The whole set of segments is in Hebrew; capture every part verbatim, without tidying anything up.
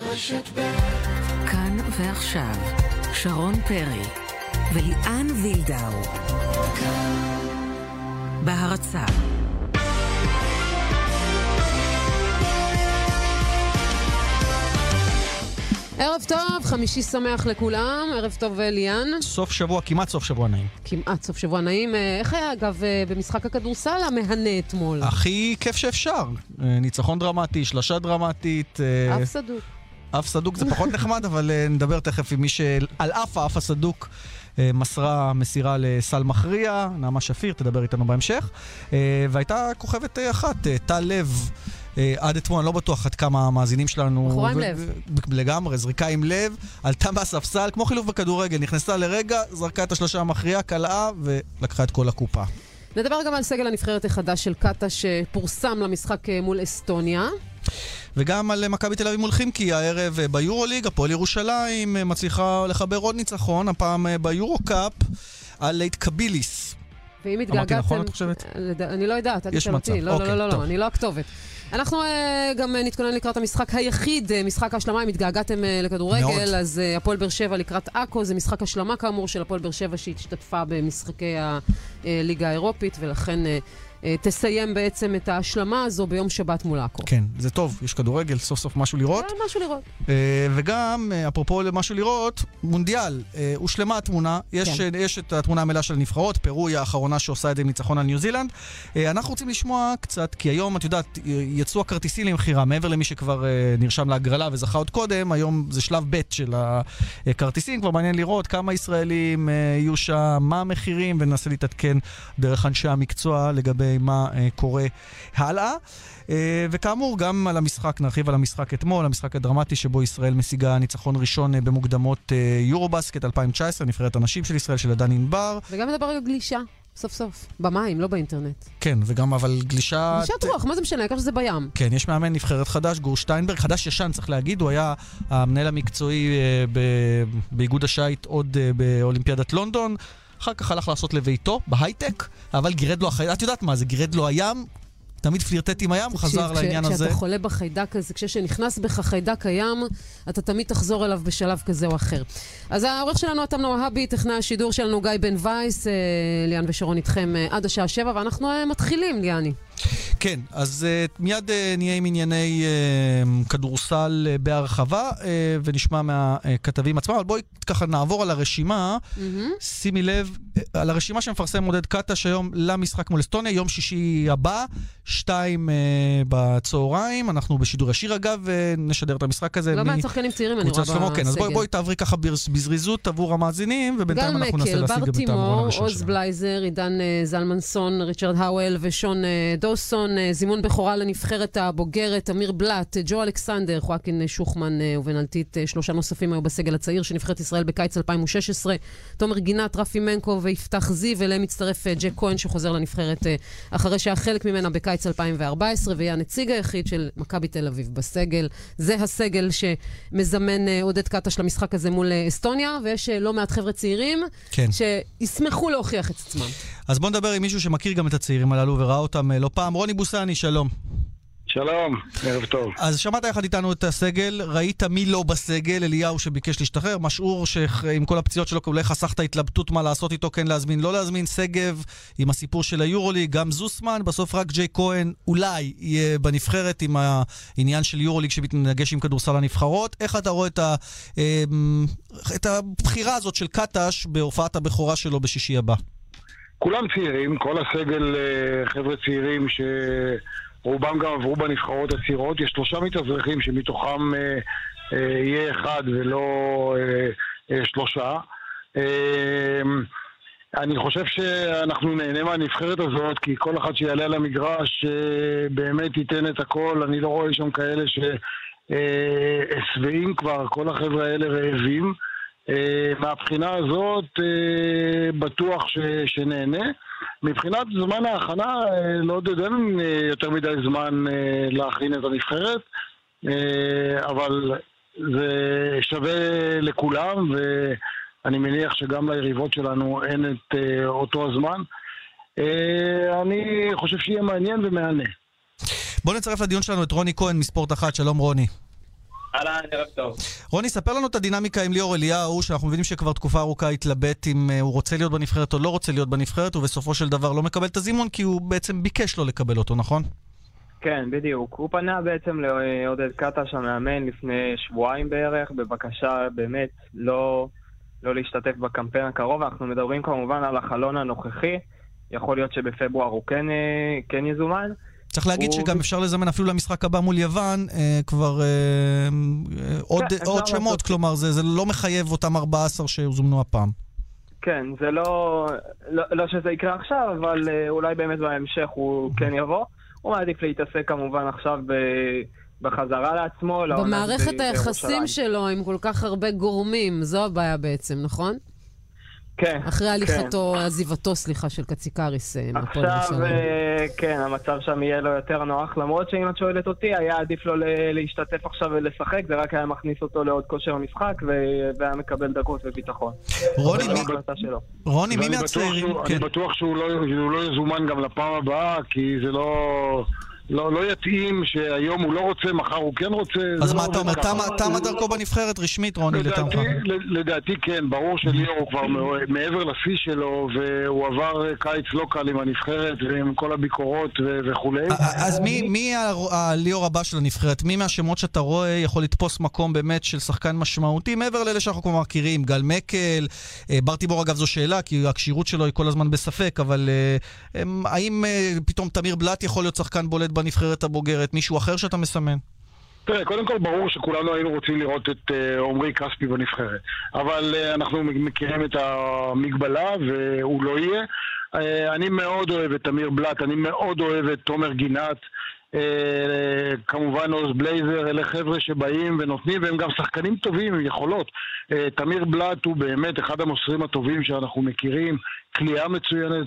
כאן ועכשיו שרון פרי וליאן וילדאו בהרצה. ערב טוב, חמישי שמח לכולם, ערב טוב ליאן. סוף שבוע, כמעט סוף שבוע נעים. כמעט סוף שבוע נעים. איך היה אגב במשחק הכדורסל המהנה אתמול? הכי כיף שאפשר. ניצחון דרמטי, שלשה דרמטית. אף סדוק. אף סדוק זה פחות נחמד, אבל נדבר תכף עם מי שעל אף האף הסדוק מסרה מסירה לסל מכריע. נעמה שפיר תדבר איתנו בהמשך. והייתה כוכבת אחת, טל לב. עד אתמול, אני לא בטוח עד כמה המאזינים שלנו... בחורה עם לב. לגמרי, זריקה עם לב, עלתה מהספסל, כמו חילוף בכדורגל, נכנסה לרגע, זרקה את השלושה המכריעה, קלעה, ולקחה את כל הקופה. נדבר גם על סגל הנבחרת החדש של קטה, שפורסם למשחק מול אסטוניה. וגם על מכבי תל אביב מול חימקי, הערב ביורוליג, הפועל ירושלים מצליחה לחבר עוד ניצחון, הפעם ביורוקאפ, על לית קביליס. ואם התגעגעתם... נכון, את חושבת? אני לא יודעת, יש מצב. לא, לא, לא, לא, אני לא הכתובת. אנחנו גם נתכונן לקראת המשחק היחיד, משחק השלמה, אם התגעגעתם לכדורגל, אז הפועל באר שבע לקראת עכו, זה משחק השלמה כאמור של הפועל באר שבע שהשתתפה במשחקי הליגה האירופית, ולכן תסיים בעצם את ההשלמה הזו ביום שבת מול עכו. כן, זה טוב, יש כדורגל, סוף סוף משהו לראות. כן, משהו לראות. וגם, אפרופו משהו לראות, מונדיאל, הושלמה התמונה, יש, כן. יש את התמונה המלאה של הנבחרות, פרו היא האחרונה שעושה את זה עם ניצחון על ניו זילנד. אנחנו רוצים לשמוע קצת, כי היום, את יודעת, יצאו הכרטיסים למחירה, מעבר למי שכבר נרשם להגרלה וזכה עוד קודם, היום זה שלב ב' של הכרטיסים, כבר מעניין לראות כמה ישראלים יהיו שם, מה המחירים, וננסה להתעדכן דרך אנשי המקצוע לגבי מה קורה הלאה. וכאמור, גם על המשחק, נרחיב על המשחק אתמול, המשחק הדרמטי שבו ישראל משיגה ניצחון ראשון במוקדמות יורובסקט אלפיים תשע עשרה, נבחרת הנשים של ישראל, של עדן ענבר. וגם מדבר על גלישה, סוף סוף, במים, לא באינטרנט. כן, וגם אבל גלישה... גלישת רוח, מה זה משנה? כך שזה בים. כן, יש מאמן נבחרת חדש, גור שטיינברג, חדש ישן, צריך להגיד, הוא היה המנהל המקצועי באיגוד השייט עוד באולימפיאדת לונדון, אחר כך הלך לעשות לביתו, בהייטק, אבל גירד לו החיידק, את יודעת מה זה, גירד לו הים, תמיד פלירטט עם הים, הוא חזר לעניין הזה. כשאתה חולה בחיידק הזה, כשנכנס בך חיידק הים, אתה תמיד תחזור אליו בשלב כזה או אחר. אז העורך שלנו, אתם נוהבי, טכנאי השידור שלנו, גיא בן וייס, ליאן ושרון איתכם עד השעה שבע, ואנחנו מתחילים, ליאני. כן, אז uh, מיד uh, נהיה עם ענייני uh, כדורסל uh, בהרחבה, uh, ונשמע מהכתבים עצמם, אבל בואי ככה נעבור על הרשימה, mm-hmm. שימי לב, uh, על הרשימה שמפרסם מודד קטה שהיום למשחק מול אסטוניה, יום שישי הבא, שתיים uh, בצהריים, אנחנו בשידור ישיר אגב, ונשדר את המשחק הזה. לא מעט שחקנים צעירים, אני רואה בסגל. כן, אז בואי, בואי תעברי ככה בזריזות עבור המאזינים, ובינתיים אנחנו ננסה להשיג גם את המרון הראשון שלנו. עוז בלייזר, עידן זלמנסון, ריצ'רד האוול ושון דוסון, זימון בחורה לנבחרת הבוגרת, אמיר בלט, ג'ו אלכסנדר, חואקין שוחמן ובנלתית, שלושה נוספים היו בסגל הצעיר של נבחרת ישראל בקיץ אלפיים ושש עשרה, תומר גינת, רפי מנקו ויפתח זיו, ואליהם מצטרף ג'ק כהן שחוזר לנבחרת אחרי שהיה חלק ממנה בקיץ אלפיים וארבע עשרה, והיה הנציג היחיד של מכבי תל אביב בסגל. זה הסגל שמזמן עודד קטש למשחק הזה מול אסטוניה, ויש לא מעט חבר'ה צעירים כן. שישמחו להוכיח את עצמם. אז בוא נדבר עם מישהו שמכיר גם את הצעירים הללו וראה אותם לא פעם. רוני בוסני, שלום. שלום, ערב טוב. אז שמעת יחד איתנו את הסגל, ראית מי לא בסגל, אליהו שביקש להשתחרר, משעור שעם כל הפציעות שלו אולי חסכת התלבטות מה לעשות איתו, כן להזמין, לא להזמין, סגב עם הסיפור של היורוליג, גם זוסמן, בסוף רק ג'יי כהן אולי יהיה בנבחרת עם העניין של יורוליג שמתנגש עם כדורסל הנבחרות. איך אתה רואה את, ה, את הבחירה הזאת של קטש בהופעת הבכורה שלו בשישי הבא? כולם צעירים, כל הסגל חבר'ה צעירים ש... רובם גם עברו בנבחרות הצעירות, יש שלושה מתאזרחים שמתוכם אה, אה, יהיה אחד ולא אה, אה, שלושה. אה, אני חושב שאנחנו נהנה מהנבחרת הזאת, כי כל אחד שיעלה על המגרש אה, באמת ייתן את הכל. אני לא רואה שם כאלה שהסבעים אה, כבר, כל החבר'ה האלה רעבים. אה, מהבחינה הזאת אה, בטוח ש, שנהנה. מבחינת זמן ההכנה, לא יודעים יותר מדי זמן להכין את הנבחרת, אבל זה שווה לכולם, ואני מניח שגם ליריבות שלנו אין את אותו הזמן. אני חושב שיהיה מעניין ומענה. בוא נצרף לדיון שלנו את רוני כהן מספורט אחת. שלום רוני. אהלן, ערב טוב. רוני, ספר לנו את הדינמיקה עם ליאור אליהו, שאנחנו מבינים שכבר תקופה ארוכה התלבט אם הוא רוצה להיות בנבחרת או לא רוצה להיות בנבחרת, ובסופו של דבר לא מקבל את הזימון, כי הוא בעצם ביקש לו לקבל אותו, נכון? כן, בדיוק. הוא פנה בעצם לעודד קטש המאמן לפני שבועיים בערך, בבקשה באמת לא, לא להשתתף בקמפיין הקרוב. אנחנו מדברים כמובן על החלון הנוכחי, יכול להיות שבפברואר הוא כן, כן יזומן. צריך להגיד הוא... שגם אפשר לזמן אפילו למשחק הבא מול יוון, אה, כבר אה, אה, עוד, כן, עוד שמות, לעשות. כלומר זה, זה לא מחייב אותם ארבעה עשר שהוזמנו הפעם. כן, זה לא, לא, לא שזה יקרה עכשיו, אבל אה, אולי באמת בהמשך הוא כן יבוא. הוא מעדיף להתעסק כמובן עכשיו ב... בחזרה לעצמו. במערכת היחסים שלו עם כל כך הרבה גורמים, זו הבעיה בעצם, נכון? כן. אחרי הליכתו, עזיבתו, סליחה, של קציקריס. עכשיו, כן, המצב שם יהיה לו יותר נוח, למרות שאם את שואלת אותי, היה עדיף לו להשתתף עכשיו ולשחק, זה רק היה מכניס אותו לעוד כושר משחק, והיה מקבל דקות וביטחון. רוני, מי מהצעירים? אני בטוח שהוא לא יזומן גם לפעם הבאה, כי זה לא... לא, לא יתאים שהיום הוא לא רוצה, מחר הוא כן רוצה. אז מה אתה אומר, תמה דרכו בנבחרת רשמית, רוני, לטעמך? לדעתי כן, ברור שליאור הוא כבר מעבר לשיא שלו, והוא עבר קיץ לא קל עם הנבחרת ועם כל הביקורות וכו'. אז מי הליאור הבא של הנבחרת? מי מהשמות שאתה רואה יכול לתפוס מקום באמת של שחקן משמעותי, מעבר לאלה שאנחנו כבר מכירים, גל מקל, בר תיבור אגב זו שאלה, כי הקשירות שלו היא כל הזמן בספק, אבל האם פתאום תמיר בלט יכול להיות שחקן בולט בנבחרת הבוגרת, מישהו אחר שאתה מסמן? תראה, קודם כל ברור שכולנו היינו רוצים לראות את עומרי כספי בנבחרת, אבל אנחנו מכירים את המגבלה והוא לא יהיה. אני מאוד אוהב את תמיר בלט, אני מאוד אוהב את תומר גינת, כמובן עוז בלייזר, אלה חבר'ה שבאים ונותנים, והם גם שחקנים טובים עם יכולות. תמיר בלט הוא באמת אחד המוסרים הטובים שאנחנו מכירים, קליעה מצוינת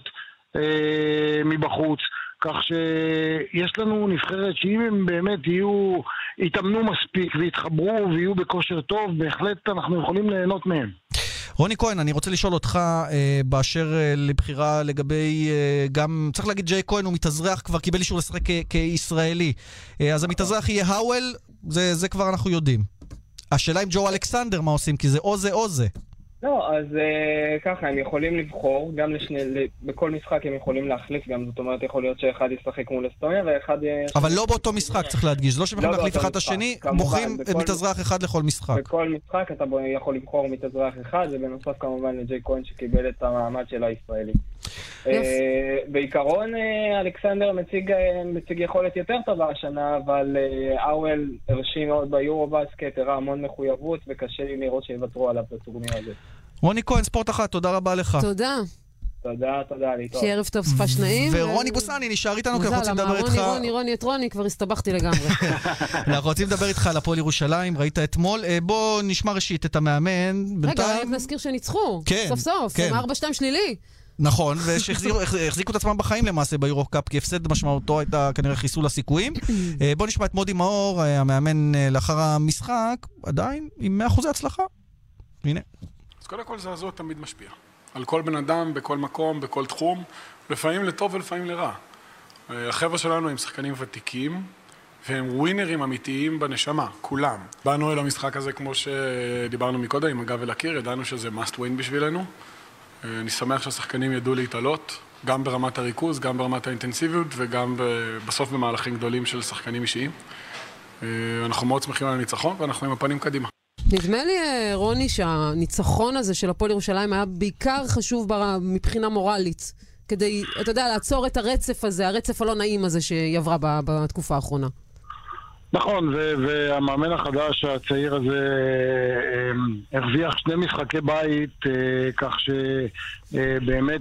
מבחוץ, כך שיש לנו נבחרת שאם הם באמת יהיו, יתאמנו מספיק ויתחברו ויהיו בכושר טוב, בהחלט אנחנו יכולים ליהנות מהם. רוני כהן, אני רוצה לשאול אותך אה, באשר אה, לבחירה לגבי אה, גם, צריך להגיד ג'יי כהן הוא מתאזרח, כבר קיבל אישור לשחק כ- כישראלי. אה, אז המתאזרח יהיה האוול, זה, זה כבר אנחנו יודעים. השאלה עם ג'ו אלכסנדר מה עושים, כי זה או זה או זה. לא, אז uh, ככה, הם יכולים לבחור, גם לשני, בכל משחק הם יכולים להחליף גם, זאת אומרת, יכול להיות שאחד ישחק מול אסטוניה ואחד... אבל לא באותו משחק, צריך להדגיש, זה לא שהם יכולים להחליף אחד את השני, בוחרים מתאזרח אחד לכל משחק. בכל משחק אתה יכול לבחור מתאזרח אחד, ובנוסף כמובן לג'יי כהן שקיבל את המעמד של הישראלי. בעיקרון, אלכסנדר מציג יכולת יותר טובה השנה, אבל אוול הרשים מאוד ביורו-בסקט, הראה המון מחויבות, וקשה לי לראות שיוותרו עליו בטורניר הזה. רוני כהן, ספורט אחת, תודה רבה לך. תודה. תודה, תודה, להתראות. שיהיה ערב טוב, ספה שניים. ורוני בוסני, נשאר איתנו, כי אנחנו רוצים לדבר איתך... רוני, רוני, רוני, את רוני, כבר הסתבכתי לגמרי. אנחנו רוצים לדבר איתך על הפועל ירושלים, ראית אתמול. בוא נשמע ראשית את המאמן. רגע, רק נזכיר שניצחו. סוף סוף, עם ארבע שתיים שלילי. נכון, ושהחזיקו את עצמם בחיים למעשה ביורו-קאפ, כי הפסד משמעותו הייתה כנראה חיסול הסיכויים. בוא נשמע את מודי מאור, המאמן לאחר המשחק, עדיין עם מאה אחוז הצלחה. הנה. אז קודם כל זעזוע תמיד משפיע. על כל בן אדם, בכל מקום, בכל תחום, לפעמים לטוב ולפעמים לרע. החבר'ה שלנו הם שחקנים ותיקים, והם ווינרים אמיתיים בנשמה, כולם. באנו אל המשחק הזה כמו שדיברנו מקודם, עם הגב אל הקיר, ידענו שזה must win בשבילנו. אני שמח שהשחקנים ידעו להתעלות, גם ברמת הריכוז, גם ברמת האינטנסיביות, וגם בסוף במהלכים גדולים של שחקנים אישיים. אנחנו מאוד שמחים על הניצחון, ואנחנו עם הפנים קדימה. נדמה לי, רוני, שהניצחון הזה של הפועל ירושלים היה בעיקר חשוב מבחינה מורלית, כדי, אתה יודע, לעצור את הרצף הזה, הרצף הלא נעים הזה שהיא עברה בתקופה האחרונה. נכון, והמאמן החדש, הצעיר הזה, הרוויח שני משחקי בית, כך שבאמת,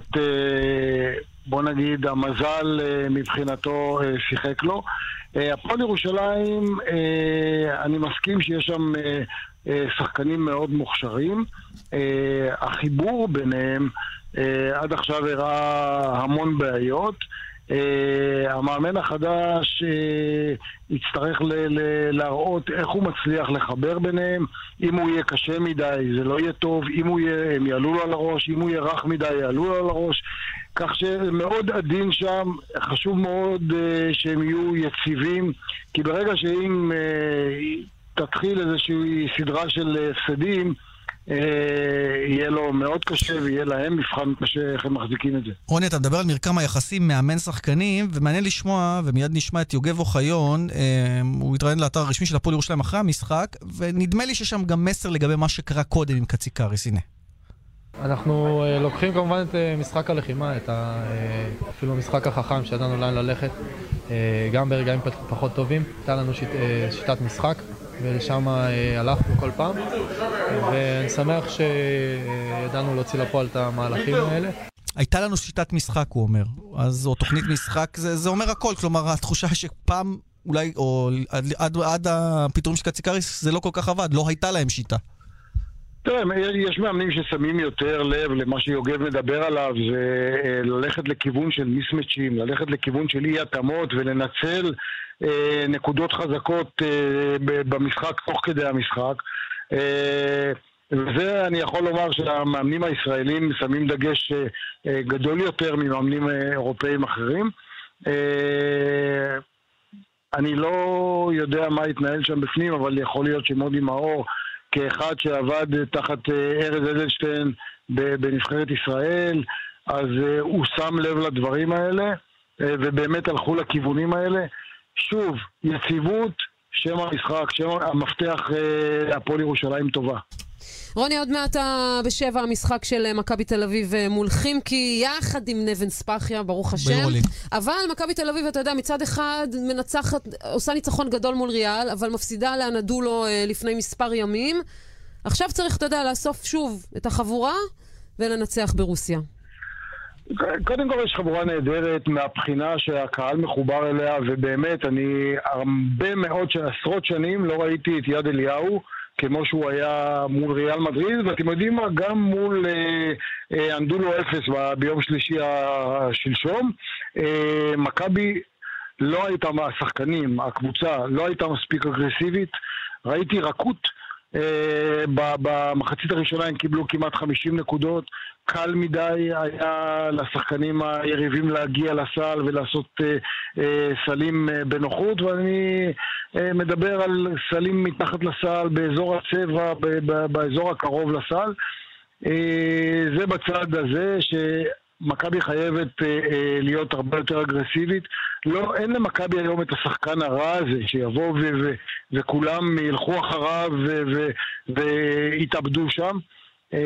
בוא נגיד, המזל מבחינתו שיחק לו. הפועל ירושלים, אני מסכים שיש שם שחקנים מאוד מוכשרים. החיבור ביניהם עד עכשיו הראה המון בעיות. Uh, המאמן החדש uh, יצטרך ל- ל- להראות איך הוא מצליח לחבר ביניהם. אם הוא יהיה קשה מדי זה לא יהיה טוב, אם הוא יהיה, הם יעלו לו על הראש, אם הוא יהיה רך מדי יעלו לו על הראש, כך שמאוד עדין שם. חשוב מאוד uh, שהם יהיו יציבים, כי ברגע שאם uh, תתחיל איזושהי סדרה של הפסדים, יהיה לו מאוד קשה ויהיה להם מבחן קשה איך הם מחזיקים את זה. רוני, אתה מדבר על מרקם היחסים מאמן שחקנים, ומעניין לשמוע, ומיד נשמע את יוגב אוחיון, הוא התראיין לאתר הרשמי של הפועל ירושלים אחרי המשחק, ונדמה לי ששם גם מסר לגבי מה שקרה קודם עם קציקריס. הנה. אנחנו לוקחים כמובן את משחק הלחימה, את אפילו המשחק החכם שידענו לאן ללכת, גם ברגעים פחות טובים, הייתה לנו שיטת משחק, ולשם הלכנו כל פעם, ואני שמח שידענו להוציא לפועל את המהלכים האלה. הייתה לנו שיטת משחק, הוא אומר. אז או תוכנית משחק, זה, זה אומר הכל. כלומר, התחושה שפעם, אולי, או עד, עד, עד הפיטורים של קציקריס, זה לא כל כך עבד, לא הייתה להם שיטה. תראה, יש מאמנים ששמים יותר לב למה שיוגב מדבר עליו, זה ללכת לכיוון של מיסמצ'ים, ללכת לכיוון של אי התאמות ולנצל אה, נקודות חזקות אה, במשחק תוך כדי המשחק. אה, וזה אני יכול לומר שהמאמנים הישראלים שמים דגש אה, גדול יותר ממאמנים אירופאים אחרים. אה, אני לא יודע מה יתנהל שם בפנים, אבל יכול להיות שמודי מאור כאחד שעבד תחת ארז אדלשטיין בנבחרת ישראל, אז הוא שם לב לדברים האלה, ובאמת הלכו לכיוונים האלה. שוב, יציבות, שם המשחק, שם המפתח להפועל ירושלים טובה. רוני, עוד מעט בשבע המשחק של מכבי תל אביב מול חימקי, יחד עם נבן ספחיה, ברוך השם. ביולי. אבל מכבי תל אביב, אתה יודע, מצד אחד מנצחת, עושה ניצחון גדול מול ריאל, אבל מפסידה לאנדולו לפני מספר ימים. עכשיו צריך, אתה יודע, לאסוף שוב את החבורה ולנצח ברוסיה. קודם כל יש חבורה נהדרת מהבחינה שהקהל מחובר אליה, ובאמת אני הרבה מאוד, עשרות שנים לא ראיתי את יד אליהו, כמו שהוא היה מול ריאל מדריד, ואתם יודעים מה, גם מול אה, אה, אנדולו אפס ביום שלישי השלשום, אה, מכבי לא הייתה מהשחקנים, הקבוצה לא הייתה מספיק אגרסיבית, ראיתי רכות, אה, במחצית הראשונה הם קיבלו כמעט חמישים נקודות, קל מדי היה לשחקנים היריבים להגיע לסל ולעשות אה, אה, סלים אה, בנוחות, ואני אה, מדבר על סלים מתחת לסל, באזור הצבע, ב- ב- באזור הקרוב לסל. אה, זה בצד הזה שמכבי חייבת אה, אה, להיות הרבה יותר אגרסיבית. לא, אין למכבי היום את השחקן הרע הזה שיבוא ו- ו- וכולם ילכו אחריו ו- ו- ויתאבדו שם. Uh,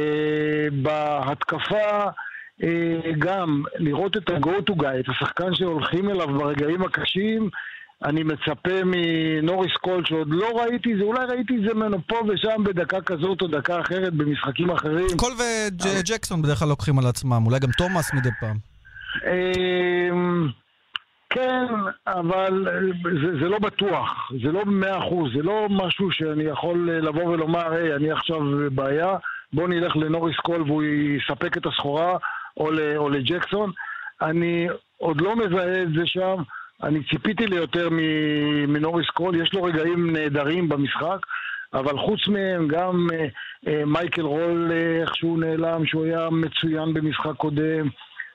בהתקפה uh, גם לראות את ה-go to guy, את השחקן שהולכים אליו ברגעים הקשים. אני מצפה מנוריס קול שעוד לא ראיתי זה, אולי ראיתי זה ממנו פה ושם בדקה כזאת או דקה אחרת במשחקים אחרים. קול וג'קסון בדרך כלל לוקחים על עצמם, אולי גם תומאס מדי פעם. uh, כן, אבל זה, זה לא בטוח, זה לא מאה אחוז, זה לא משהו שאני יכול לבוא ולומר, היי, אני עכשיו בעיה, בוא נלך לנוריס קול והוא יספק את הסחורה, או, ל, או לג'קסון. אני עוד לא מזהה את זה שם, אני ציפיתי ליותר מנוריס קול, יש לו רגעים נהדרים במשחק, אבל חוץ מהם גם אה, אה, מייקל רול, איך שהוא נעלם, שהוא היה מצוין במשחק קודם,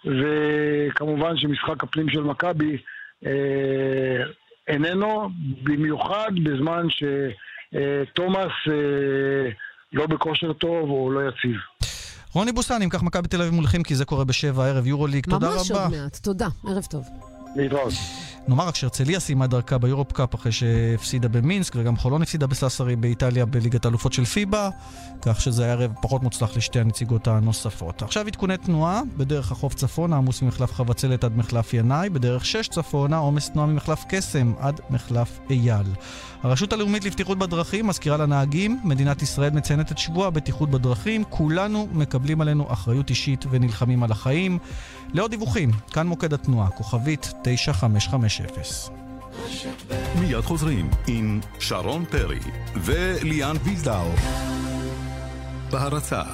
וכמובן שמשחק הפנים של מכבי אה, איננו, במיוחד בזמן שתומאס אה, לא בכושר טוב או לא יציב. רוני בוסני, אם כך מכבי תל אביב מול חימקי, זה קורה בשבע ערב יורוליג. תודה רבה. ממש עוד מעט, תודה, ערב טוב. להתראות. נאמר רק שהרצליה סיימה דרכה ביורופ קאפ אחרי שהפסידה במינסק, וגם חולון הפסידה בססרי באיטליה בליגת האלופות של פיבה, כך שזה היה ערב פחות מוצלח לשתי הנציגות הנוספות. עכשיו עדכוני תנועה, בדרך החוף צפונה עמוס ממחלף חבצלת עד מחלף ינאי, בדרך שש צפונה עומס תנועה ממחלף קסם עד מחלף אייל. הרשות הלאומית לבטיחות בדרכים מזכירה לנהגים, מדינת ישראל מציינת את שבוע הבטיחות בדרכים, כולנו מקבלים עלינו אחריות אישית ונלחמים על החיים. לעוד דיווחים, כאן מוקד התנועה, כוכבית תשע חמש חמש אפס. מיד חוזרים עם שרון פרי וליאן ויזדאו בהרצה.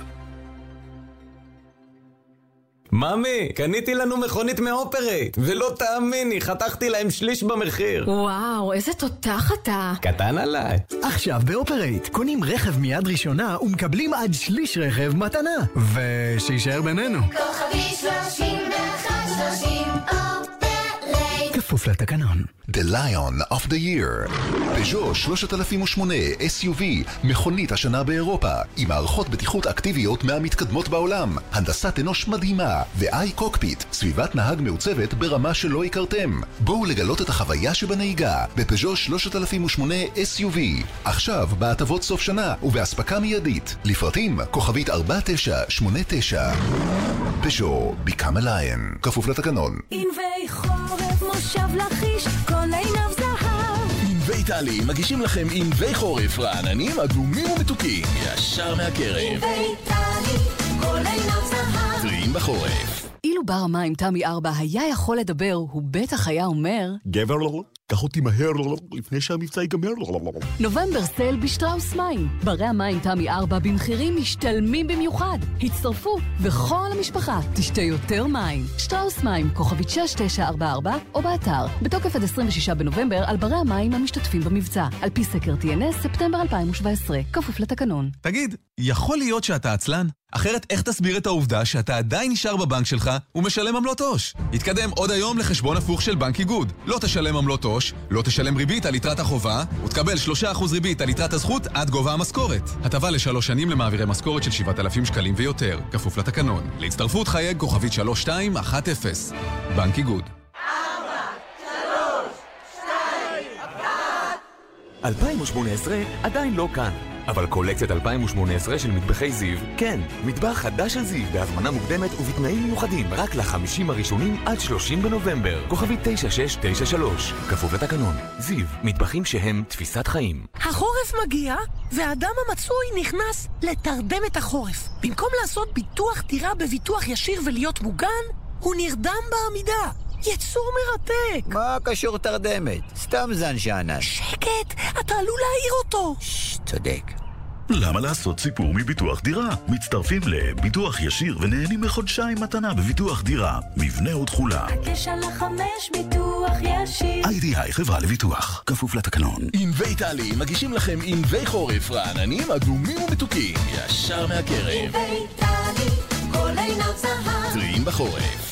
ממי, קניתי לנו מכונית מאופרייט, ולא תאמיני, חתכתי להם שליש במחיר. וואו, איזה תותח אתה. קטן עליי. עכשיו באופרייט, קונים רכב מיד ראשונה ומקבלים עד שליש רכב מתנה. ושישאר בינינו. כוכבי שלושים ואחת שלושים אופרייט. כפוף לתקנון. The Lion of the Year. פז'ו שלושת אלפים ושמונה אס יו וי, מכונית השנה באירופה, עם מערכות בטיחות אקטיביות מהמתקדמות בעולם, הנדסת אנוש מדהימה, ו-איי קוקפיט, סביבת נהג מעוצבת ברמה שלא הכרתם. בואו לגלות את החוויה שבנהיגה, בפז'ו שלושת אלפים ושמונה אס יו וי. עכשיו, בהטבות סוף שנה, ובהספקה מיידית. לפרטים, כוכבית ארבע תשע שמונה תשע. פז'ו, Become a Lion. כפוף לתקנון. ענבי חורף, מושב לחיש, כל עיניו זהב. ענבי טלי מגישים לכם ענבי חורף רעננים, אדומים ומתוקים, ישר מהקרב. ענבי טלי, כל עיניו זהב. טריים בחורף. אילו בר המים תמי ארבע היה יכול לדבר, הוא בטח היה אומר... גבר, קח אותי מהר לפני שהמבצע ייגמר. נובמבר סייל בשטראוס מים. ברי המים תמי ארבע במחירים משתלמים במיוחד. הצטרפו וכל המשפחה תשתה יותר מים. שטראוס מים, כוכבית שש תשע ארבע ארבע או באתר. בתוקף עד עשרים ושישה בנובמבר על ברי המים המשתתפים במבצע. על פי סקר טי אן אס ספטמבר אלפיים שבע עשרה. כפוף לתקנון. תגיד, יכול להיות שאתה עצלן? אחרת איך תסביר את העובדה שאתה עדיין נשאר בבנק שלך ומשלם עמלות עו"ש? התקדם עוד היום לחשבון הפוך של בנק איגוד. לא תשלם עמלות עו"ש, לא תשלם ריבית על יתרת החובה, ותקבל שלושה אחוז ריבית על יתרת הזכות עד גובה המשכורת. הטבה לשלוש שנים למעבירי משכורת של שבעת אלפים שקלים ויותר, כפוף לתקנון. להצטרפות חייג כוכבית שלוש שתיים אחת אפס. בנק איגוד. אלפיים ושמונה עשרה עדיין לא כאן, אבל קולקציית אלפיים ושמונה עשרה של מטבחי זיו, כן, מטבח חדש של זיו בהזמנה מוקדמת ובתנאים מיוחדים רק לחמישים הראשונים עד שלושים בנובמבר. כוכבית תשע שש תשע שלוש, כפוף לתקנון. זיו, מטבחים שהם תפיסת חיים. החורף מגיע, והאדם המצוי נכנס לתרדם את החורף. במקום לעשות ביטוח דירה בביטוח ישיר ולהיות מוגן, הוא נרדם בעמידה. יצור מרתק. מה קשור תרדמת? סתם זן שענן. שקט, אתה עלול להעיר אותו. ששש, צודק. למה לעשות סיפור מביטוח דירה? מצטרפים לביטוח ישיר ונהנים מחודשיים מתנה בביטוח דירה. מבנה ותחולה. תשע לחמש ביטוח ישיר. איי די איי חברה לביטוח. כפוף לתקנון. ענבי טלי מגישים לכם ענבי חורף רעננים, אדומים ומתוקים, ישר מהקרב. ענבי טלי, כל עיניו זהב. טריים בחורף.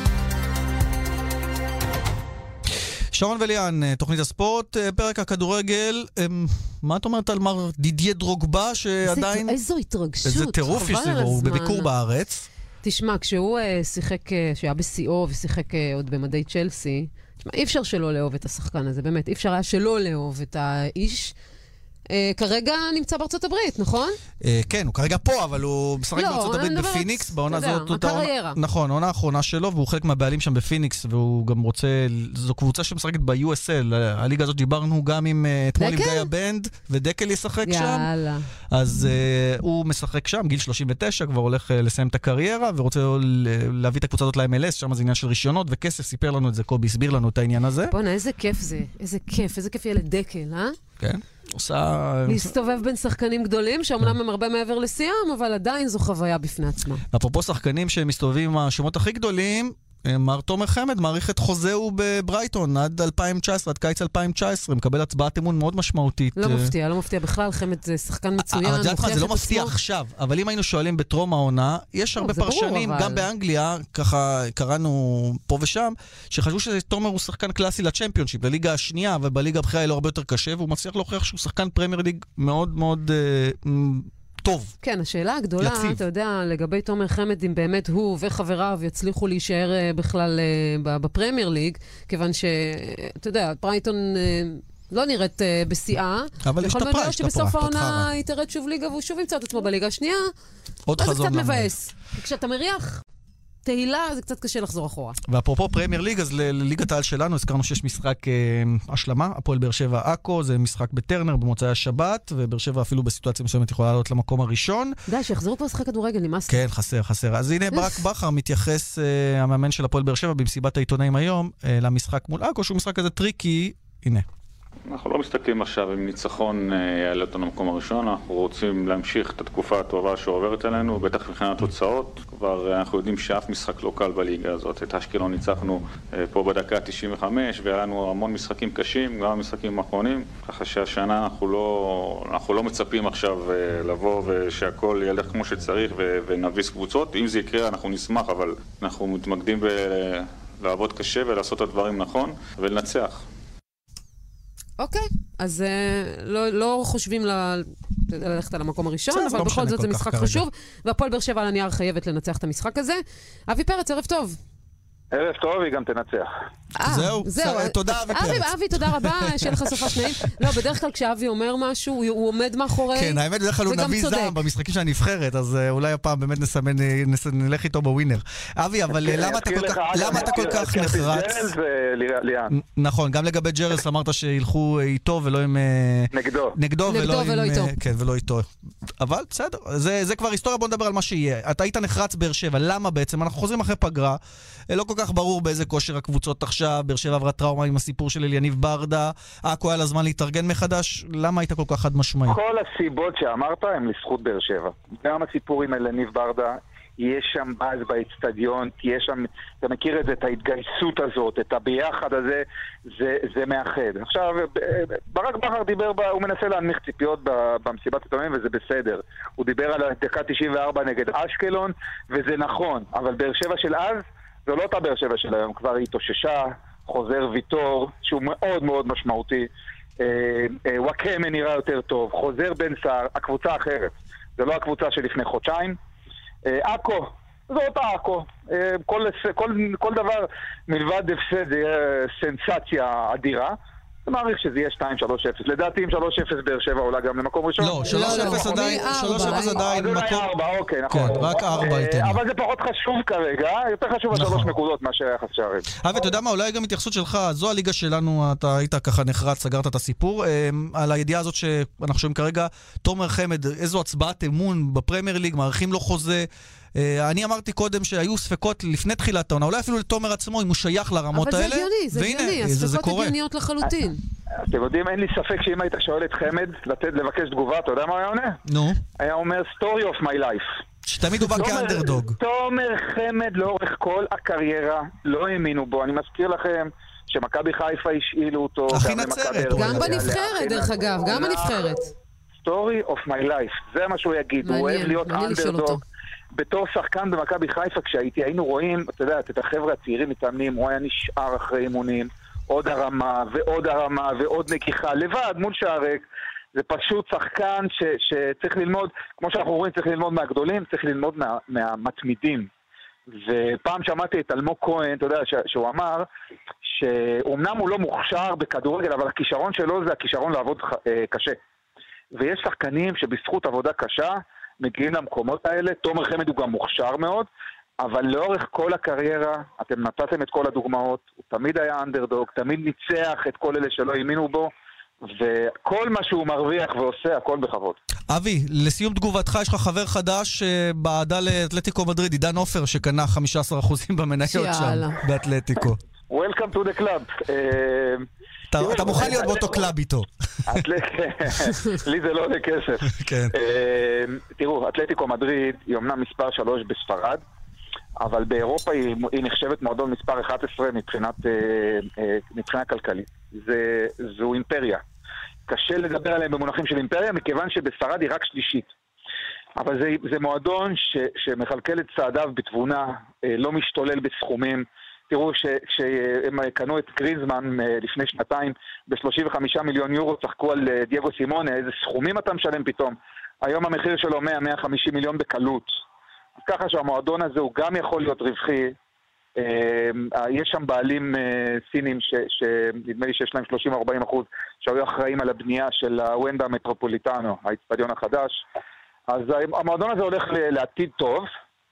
שרון וליאן, תוכנית הספורט, פרק הכדורגל. מה את אומרת על מר דידיה דרוגבה שעדיין... איזו התרגשות. איזה טירוף יש סביבו, הוא בביקור בארץ. תשמע, כשהוא שיחק, שהיה בשיאו ושיחק עוד במדי צ'לסי, תשמע, אי אפשר שלא לאהוב את השחקן הזה, באמת, אי אפשר היה שלא לאהוב את האיש. כרגע נמצא בארצות הברית, נכון? כן, הוא כרגע פה, אבל הוא משחק בארצות הברית בפיניקס, בעונה הזאת... הקריירה. נכון, העונה האחרונה שלו, והוא חלק מהבעלים שם בפיניקס, והוא גם רוצה... זו קבוצה שמשחקת ב-יו אס אל, הליגה הזאת דיברנו גם עם... אתמול עם גיא הבנד, ודקל ישחק שם. יאללה. אז הוא משחק שם, גיל שלושים ותשע, כבר הולך לסיים את הקריירה, ורוצה להביא את הקבוצה הזאת ל-אם אל אס, שם זה עניין של רישיונות וכסף, סיפר לנו את זה, קובי הסביר לנו את העניין הזה. בוא'נה, איזה כיף זה, איזה כיף, איזה כיף יהיה לדקל, אה? כן. עושה... להסתובב בין שחקנים גדולים, שאומנם הם הרבה מעבר לשיאם, אבל עדיין זו חוויה בפני עצמה. אפרופו שחקנים שמסתובבים עם השמות הכי גדולים, מר תומר חמד מעריך את חוזהו בברייטון עד אלפיים תשע עשרה, עד קיץ אלפיים תשע עשרה, מקבל הצבעת אמון מאוד משמעותית. לא מפתיע, לא מפתיע בכלל, חמד זה שחקן מצוין. אבל זה לא מפתיע עכשיו, אבל אם היינו שואלים בטרום העונה, יש הרבה פרשנים, גם באנגליה, ככה קראנו פה ושם, שחשבו שתומר הוא שחקן קלאסי לצ'מפיונשיפ, לליגה השנייה, ובליגה הבכירה היה לו הרבה יותר קשה, והוא מצליח להוכיח שהוא שחקן פרמייר ליג מאוד מאוד... טוב. כן, השאלה הגדולה, יציב. אתה יודע, לגבי תומר חמד, אם באמת הוא וחבריו יצליחו להישאר בכלל בפרמייר ליג, כיוון שאתה יודע, ברייטון לא נראית בשיאה. אבל יש את הפרש, להיות שבסוף העונה היא תרד שוב ליגה, והוא שוב ימצא את עצמו בליגה השנייה. עוד חזון למד. זה קצת מבאס. כשאתה מריח... תהילה, זה קצת קשה לחזור אחורה. ואפרופו פרמייר ליג, אז לליגת העל שלנו הזכרנו שיש משחק אה, השלמה, הפועל באר שבע עכו, זה משחק בטרנר במוצאי השבת, ובאר שבע אפילו בסיטואציה מסוימת יכולה לעלות למקום הראשון. די, שיחזרו כבר לשחק כדורגל, נמאס. כן, חסר, חסר. אז הנה ברק בכר מתייחס, אה, המאמן של הפועל באר שבע במסיבת העיתונאים היום, אה, למשחק מול עכו, שהוא משחק כזה טריקי. הנה. אנחנו לא מסתכלים עכשיו אם ניצחון יעלה אותנו למקום הראשון, אנחנו רוצים להמשיך את התקופה הטובה שעוברת עלינו, בטח מבחינת תוצאות. כבר אנחנו יודעים שאף משחק לא קל בליגה הזאת. את אשקלון ניצחנו פה בדקה תשעים וחמש, והיה לנו המון משחקים קשים, גם המשחקים האחרונים. ככה שהשנה אנחנו לא, אנחנו לא מצפים עכשיו לבוא ושהכל ילך כמו שצריך ונביס קבוצות. אם זה יקרה אנחנו נשמח, אבל אנחנו מתמקדים ב... לעבוד קשה ולעשות את הדברים נכון ולנצח. אוקיי, אז לא, לא חושבים ל... ללכת על המקום הראשון, אבל לא בכל זאת זה משחק חשוב, והפועל באר שבע על הנייר חייבת לנצח את המשחק הזה. אבי פרץ, ערב טוב. ערב טוב, היא גם תנצח. זהו, תודה אבי פרץ. אבי, תודה רבה, שיהיה לך סופה שניים. לא, בדרך כלל כשאבי אומר משהו, הוא עומד מאחורי, כן, האמת, בדרך כלל הוא נביא זעם במשחקים של הנבחרת, אז אולי הפעם באמת נלך איתו בווינר. אבי, אבל למה אתה כל כך נחרץ? נכון, גם לגבי ג'רס אמרת שילכו איתו ולא עם... נגדו. נגדו ולא איתו. כן, ולא איתו. אבל בסדר, זה כבר היסטוריה, בוא נדבר על מה שיהיה. אתה היית נחרץ באר שבע, למה בעצם? אנחנו חוזרים אחרי פגרה, לא כל כך ברור באיזה כושר הקבוצות עכשיו, באר שבע עברה טראומה עם הסיפור של אליניב ברדה, עכו היה לזמן להתארגן מחדש, למה היית כל כך חד משמעי? כל הסיבות שאמרת הם לזכות באר שבע. גם הסיפור עם אליניב ברדה, יש שם באז באצטדיון, יש שם, אתה מכיר את זה, את ההתגייסות הזאת, את הביחד הזה, זה, זה מאחד. עכשיו, ברק בכר דיבר, בה, הוא מנסה להנמיך ציפיות במסיבת עיתונאים, וזה בסדר. הוא דיבר על דקה תשעים וארבע נגד אשקלון, וזה נכון, אבל באר שבע של אז, זו לא אותה באר שבע של היום, כבר היא תוששה, חוזר ויטור, שהוא מאוד מאוד משמעותי, וואקמה נראה יותר טוב, חוזר בן סער, הקבוצה אחרת. זה לא הקבוצה שלפני חודשיים. עכו, זו אותה עכו. כל, כל, כל דבר מלבד הפסד זה יהיה סנסציה אדירה. אני מעריך שזה יהיה שתיים שלוש אפס. לדעתי עם שלוש אפס באר שבע עולה גם למקום ראשון. לא, שלוש אפס עדיין, שלוש אפס עדיין מקום... ארבע, אוקיי, נכון. כן, רק ארבע ייתן. אבל זה פחות חשוב כרגע, יותר חשוב השלוש נקודות מאשר יחס שערים. אבל אתה יודע מה, אולי גם התייחסות שלך, זו הליגה שלנו, אתה היית ככה נחרץ, סגרת את הסיפור, על הידיעה הזאת שאנחנו שומעים כרגע, תומר חמד, איזו הצבעת אמון בפרמייר ליג, מערכים לו חוזה, אני אמרתי קודם שהיו ספקות לפני תחילת העונה, אולי אפילו לתומר עצמו, אם הוא שייך לרמות האלה. אבל זה הגיוני, זה הגיוני, הספקות הגיוניות לחלוטין. אתם יודעים, אין לי ספק שאם היית שואל את חמד לבקש תגובה, אתה יודע מה היה עונה? נו. היה אומר story of my life. שתמיד הוא בא כאנדרדוג. תומר חמד לאורך כל הקריירה לא האמינו בו, אני מזכיר לכם שמכבי חיפה השאילו אותו. הכי נצרת. גם בנבחרת, דרך אגב, גם בנבחרת. story of my life, זה מה שהוא יגיד, הוא אוהב להיות אנדרדוג. בתור שחקן במכבי חיפה כשהייתי, היינו רואים, אתה יודע, את החבר'ה הצעירים מתאמנים, הוא היה נשאר אחרי אימונים, עוד הרמה ועוד הרמה ועוד נקיחה, לבד, מול שערק. זה פשוט שחקן ש, שצריך ללמוד, כמו שאנחנו רואים, צריך ללמוד מהגדולים, צריך ללמוד מה, מהמתמידים. ופעם שמעתי את אלמוג כהן, אתה יודע, ש, שהוא אמר, שאומנם הוא לא מוכשר בכדורגל, אבל הכישרון שלו זה הכישרון לעבוד אה, קשה. ויש שחקנים שבזכות עבודה קשה, מגיעים למקומות האלה. תומר חמד הוא גם מוכשר מאוד, אבל לאורך כל הקריירה, אתם נתתם את כל הדוגמאות, הוא תמיד היה אנדרדוג, תמיד ניצח את כל אלה שלא האמינו בו, וכל מה שהוא מרוויח ועושה, הכל בכבוד. אבי, לסיום תגובתך, יש לך חבר חדש בעדה לאתלטיקו מדריד, עידן עופר, שקנה חמישה עשר אחוז במניות שם, באתלטיקו. Welcome to the club. אתה מוכן להיות באותו קלאב איתו. לי זה לא עולה כסף. תראו, אתלטיקו מדריד היא אומנם מספר שלוש בספרד, אבל באירופה היא נחשבת מועדון מספר אחת עשרה מבחינה כלכלית. זו אימפריה. קשה לדבר עליהם במונחים של אימפריה, מכיוון שבספרד היא רק שלישית. אבל זה מועדון שמחלקל את צעדיו בתבונה, לא משתולל בסכומים. תראו שהם קנו את גריזמן לפני שנתיים ב-שלושים וחמישה מיליון יורו, צחקו על דייגו סימונה, איזה סכומים אתה משלם פתאום. היום המחיר שלו מאה עד מאה וחמישים מיליון בקלות. אז ככה שהמועדון הזה הוא גם יכול להיות רווחי. יש שם בעלים סינים שנדמה לי שיש להם שלושים עד ארבעים אחוז שהיו אחראים על הבנייה של הוונדה המטרופוליטנו, האצטדיון החדש. אז המועדון הזה הולך לעתיד טוב.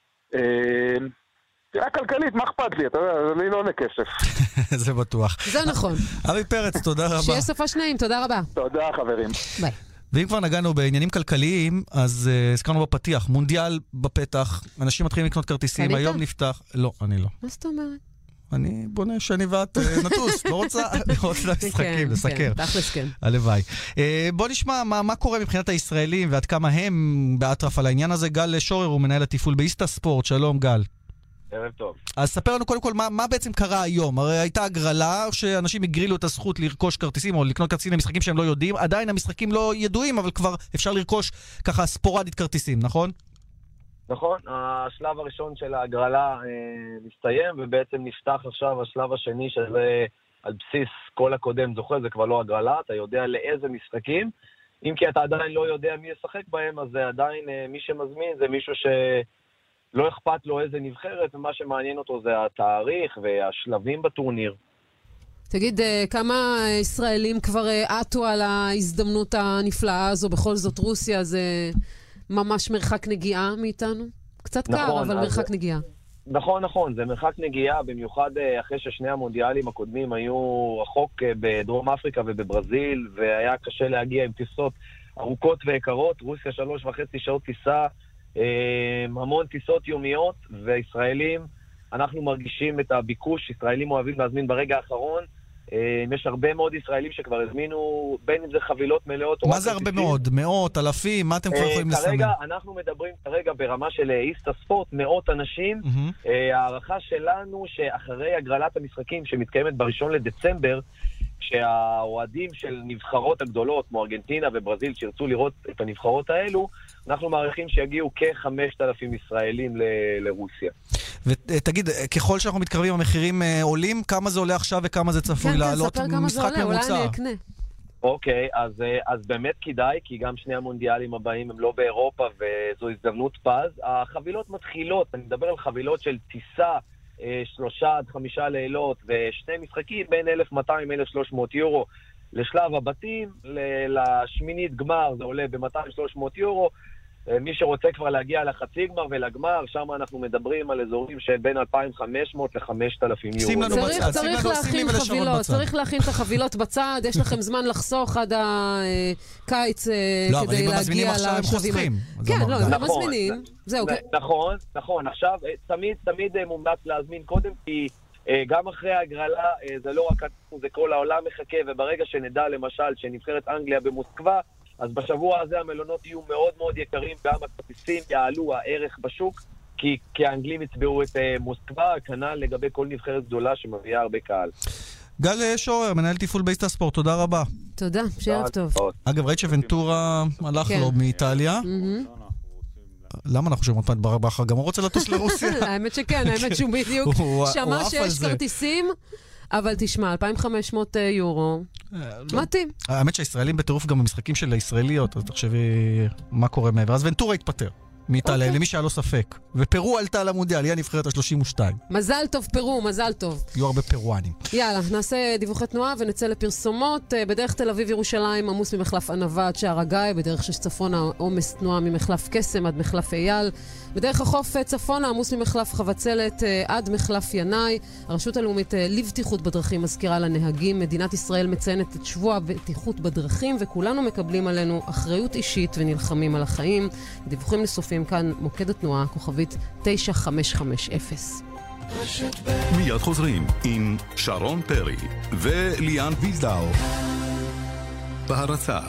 תראה כלכלית, מה אכפת לי? אתה יודע, לי לא עולה כסף. זה בטוח. זה נכון. אבי פרץ, תודה רבה. שיהיה סופה שניים, תודה רבה. תודה חברים. ביי. ואם כבר נגענו בעניינים כלכליים, אז uh, הזכרנו בפתיח, מונדיאל בפתח, אנשים מתחילים לקנות כרטיסים, היום נפתח... לא, אני לא. מה זאת אומרת? אני בונה שאני ואת נטוס, לא רוצה לראות את המשחקים, לסקר. כן, תכלס כן. הלוואי. בוא נשמע מה קורה מבחינת הישראלים, ועד כמה הם באטרף על העניין הזה. גל שורר הוא מנהל התפעול באיסטה ספורט, שלום גל. ערב טוב. אז ספר לנו קודם כל מה, מה בעצם קרה היום. הרי הייתה הגרלה שאנשים הגרילו את הזכות לרכוש כרטיסים או לקנות כרטיסים למשחקים שהם לא יודעים. עדיין המשחקים לא ידועים, אבל כבר אפשר לרכוש ככה ספורדית כרטיסים, נכון? נכון, השלב הראשון של ההגרלה אה, מסתיים, ובעצם נפתח עכשיו השלב השני שזה על בסיס כל הקודם זוכה, זה כבר לא הגרלה, אתה יודע לאיזה משחקים, אם כי אתה עדיין לא יודע מי ישחק בהם, אז זה עדיין אה, מי שמזמין זה מישהו שלא אכפת לו איזה נבחרת, ומה שמעניין אותו זה התאריך והשלבים בטורניר. תגיד, כמה ישראלים כבר עטו על ההזדמנות הנפלאה הזו? בכל זאת רוסיה זה ממש מרחק נגיעה מאיתנו? קצת קר, נכון, אבל מרחק זה... נגיעה. נכון, נכון, זה מרחק נגיעה, במיוחד אחרי ששני המונדיאלים הקודמים היו רחוק בדרום אפריקה ובברזיל, והיה קשה להגיע עם טיסות ארוכות ויקרות. רוסיה שלוש וחצי שעות טיסה, המון טיסות יומיות, וישראלים, אנחנו מרגישים את הביקוש, ישראלים אוהבים להזמין ברגע האחרון, יש הרבה מאוד ישראלים שכבר הזמינו, בין אם זה חבילות מלאות. מה זה הרבה מאוד? מאות, אלפים? מה אתם כבר יכולים לסמן? כרגע, אנחנו מדברים כרגע ברמה של איסטה ספורט, מאות אנשים. הערכה שלנו שאחרי הגרלת המשחקים שמתקיימת בראשון לדצמבר, כשהאוהדים של נבחרות הגדולות, כמו ארגנטינה וברזיל, שירצו לראות את הנבחרות האלו, אנחנו מעריכים שיגיעו כ-חמשת אלפים ישראלים ל- לרוסיה. ותגיד, ככל שאנחנו מתקרבים, המחירים עולים? כמה זה עולה עכשיו וכמה זה צפוי לעלות? כן, כן, ספר כמה זה עולה, אולי אני אקנה. אוקיי, אז, אז באמת כדאי, כי גם שני המונדיאלים הבאים הם לא באירופה, וזו הזדמנות פז. החבילות מתחילות, אני מדבר על חבילות של טיסה, שלושה עד חמישה לילות ושני משחקים בין אלף ומאתיים עד אלף ושלוש מאות יורו לשלב הבתים, לשמינית גמר זה עולה ב-מאתיים עד שלוש מאות יורו. מי שרוצה כבר להגיע לחצי גמר ולגמר, שם אנחנו מדברים על אזורים של בין אלפיים וחמש מאות ל-חמשת אלפים יורו. שים לנו בצד, שים לנו להכין חבילות, צריך להכין את החבילות בצד, יש לכם זמן לחסוך עד הקיץ כדי להגיע לשלבים. כן, לא, הם מזמינים. נכון, נכון. עכשיו, תמיד, תמיד מומלץ להזמין קודם, כי גם אחרי ההגרלה, זה לא רק זה כל העולם מחכה, וברגע שנדע למשל שנבחרת אנגליה במוסקבה, אז בשבוע הזה המלונות יהיו מאוד מאוד יקרים, גם הכרטיסים יעלו הערך בשוק, כי, כי האנגלים הצביעו את uh, מוסקבה, כנ"ל לגבי כל נבחרת גדולה שמביאה הרבה קהל. גל שורר, מנהל תפעול באיסטה ספורט, תודה רבה. תודה, שערב טוב. אגב, ראית שוונטורה הלך כן. לו מאיטליה? Mm-hmm. למה אנחנו שומעים פעם ברבחר? גם הוא רוצה לטוס לרוסיה? האמת שכן, האמת שהוא בדיוק שמע שיש כרטיסים, אבל תשמע, אלפיים וחמש מאות יורו, מתאים. האמת שהישראלים בטירוף גם במשחקים של הישראליות, אז תחשבי מה קורה מעבר. אז ונטורה התפטר מאיטליה, למי שהיה לו ספק. ופרו עלתה למונדיאל, היא הנבחרת ה-שלושים ושתיים. מזל טוב פרו, מזל טוב. יהיו הרבה פרואנים. יאללה, נעשה דיווחי תנועה ונצא לפרסומות. בדרך תל אביב ירושלים, עמוס ממחלף ענבה עד שער הגיא, בדרך שש צפונה עומס תנועה ממחלף קסם עד מחלף אייל. בדרך החוף צפונה, עמוס ממחלף חבצלת עד מחלף ינאי. הרשות הלאומית לבטיחות בדרכים מזכירה לנהגים. מדינת ישראל מציינת את שבוע הבטיחות בדרכים, וכולנו מקבלים עלינו אחריות אישית ונלחמים על החיים. דיווחים נוספים כאן מוקד התנועה, כוכבית תשע חמש חמש אפס. מיד חוזרים עם שרון פרי וליאן ויזדאו. בהרצה.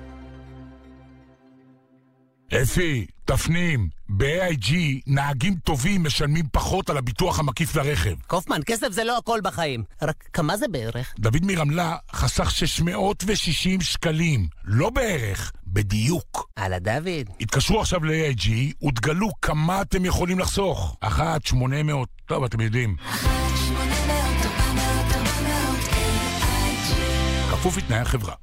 אפי, תפנים, ב-איי איי ג'י נהגים טובים משלמים פחות על הביטוח המקיף לרכב. קופמן, כסף זה לא הכל בחיים. רק כמה זה בערך? דוד מרמלה חסך שש מאות ושישים שקלים. לא בערך, בדיוק. הלאה דוד. התקשרו עכשיו ל-איי איי ג'י ותגלו כמה אתם יכולים לחסוך. אחת, שמונה מאות, טוב, אתם יודעים. כפוף לתנאי החברה.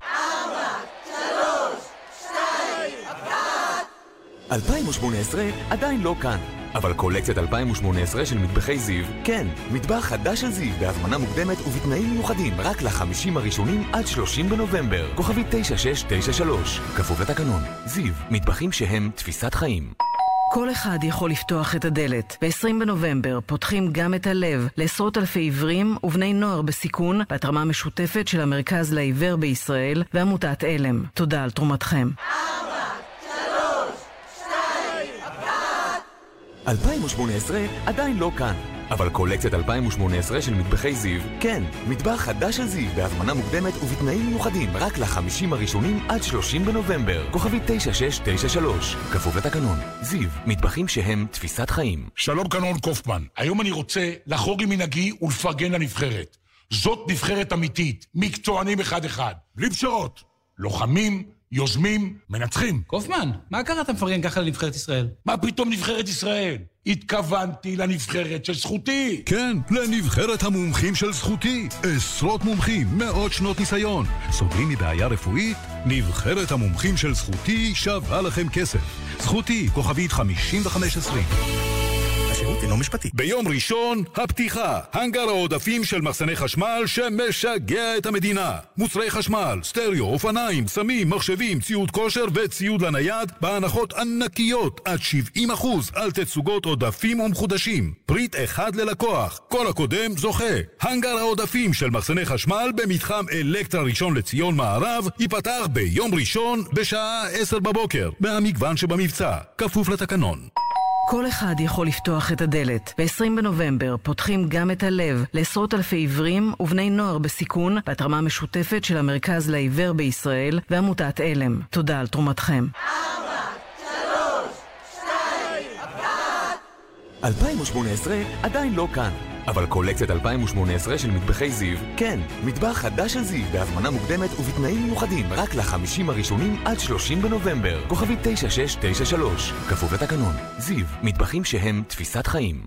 אלפיים ושמונה עשרה עדיין לא כאן, אבל קולקציית אלפיים ושמונה עשרה של מטבחי זיו, כן, מטבח חדש של זיו בהזמנה מוקדמת ובתנאים מיוחדים רק ל-חמישים הראשונים עד שלושים בנובמבר. כוכבי תשע שש תשע שלוש, כפוף לתקנון. זיו, מטבחים שהם תפיסת חיים. כל אחד יכול לפתוח את הדלת. ב-עשרים בנובמבר פותחים גם את הלב לעשרות אלפי עיוורים ובני נוער בסיכון בהתרמה משותפת של המרכז לעיוור בישראל ועמותת אלם. תודה על תרומתכם. אלפיים ושמונה עשרה עדיין לא כאן, אבל קולקציית אלפיים ושמונה עשרה של מטבחי זיו, כן, מטבח חדש של זיו בהזמנה מוקדמת ובתנאים מיוחדים רק ל-חמישים הראשונים עד שלושים בנובמבר. כוכבי תשע שש תשע שלוש, כפוף לתקנון. זיו, מטבחים שהם תפיסת חיים. שלום קנון קופמן, היום אני רוצה לחרוג ממנהגי ולפרגן לנבחרת. זאת נבחרת אמיתית, מקצוענים אחד אחד, בלי פשרות, לוחמים יוזמים, מנצחים. קופמן, מה קרה אתה מפרגן ככה לנבחרת ישראל? מה פתאום נבחרת ישראל? התכוונתי לנבחרת של זכותי. כן, לנבחרת המומחים של זכותי. עשרות מומחים, מאות שנות ניסיון. סובלים מבעיה רפואית? נבחרת המומחים של זכותי שווה לכם כסף. זכותי, כוכבית חמישים וחמש עשרים. השירות אינו משפטי. ביום ראשון, הפתיחה. הנגר העודפים של מחסני חשמל שמשגע את המדינה. מוצרי חשמל, סטריאו, אופניים, סמים, מחשבים, ציוד כושר וציוד לנייד, בהנחות ענקיות עד שבעים אחוז על תצוגות עודפים ומחודשים. פריט אחד ללקוח. כל הקודם זוכה. הנגר העודפים של מחסני חשמל במתחם אלקטרה ראשון לציון מערב ייפתח ביום ראשון בשעה עשר בבוקר. מהמגוון שבמבצע. כפוף לתקנון. כל אחד יכול לפתוח את הדלת. ב-עשרים בנובמבר פותחים גם את הלב לעשרות אלפי עיוורים ובני נוער בסיכון בהתרמה משותפת של המרכז לעיוור בישראל ועמותת אלם. תודה על תרומתכם. אלפיים ושמונה עשרה עדיין לא כאן, אבל קולקציית אלפיים ושמונה עשרה של מטבחי זיו, כן, מטבח חדש של זיו בהזמנה מוקדמת ובתנאים מיוחדים רק ל-חמישים הראשונים עד שלושים בנובמבר. כוכבי תשע שש תשע שלוש, כפוף לתקנון. זיו, מטבחים שהם תפיסת חיים.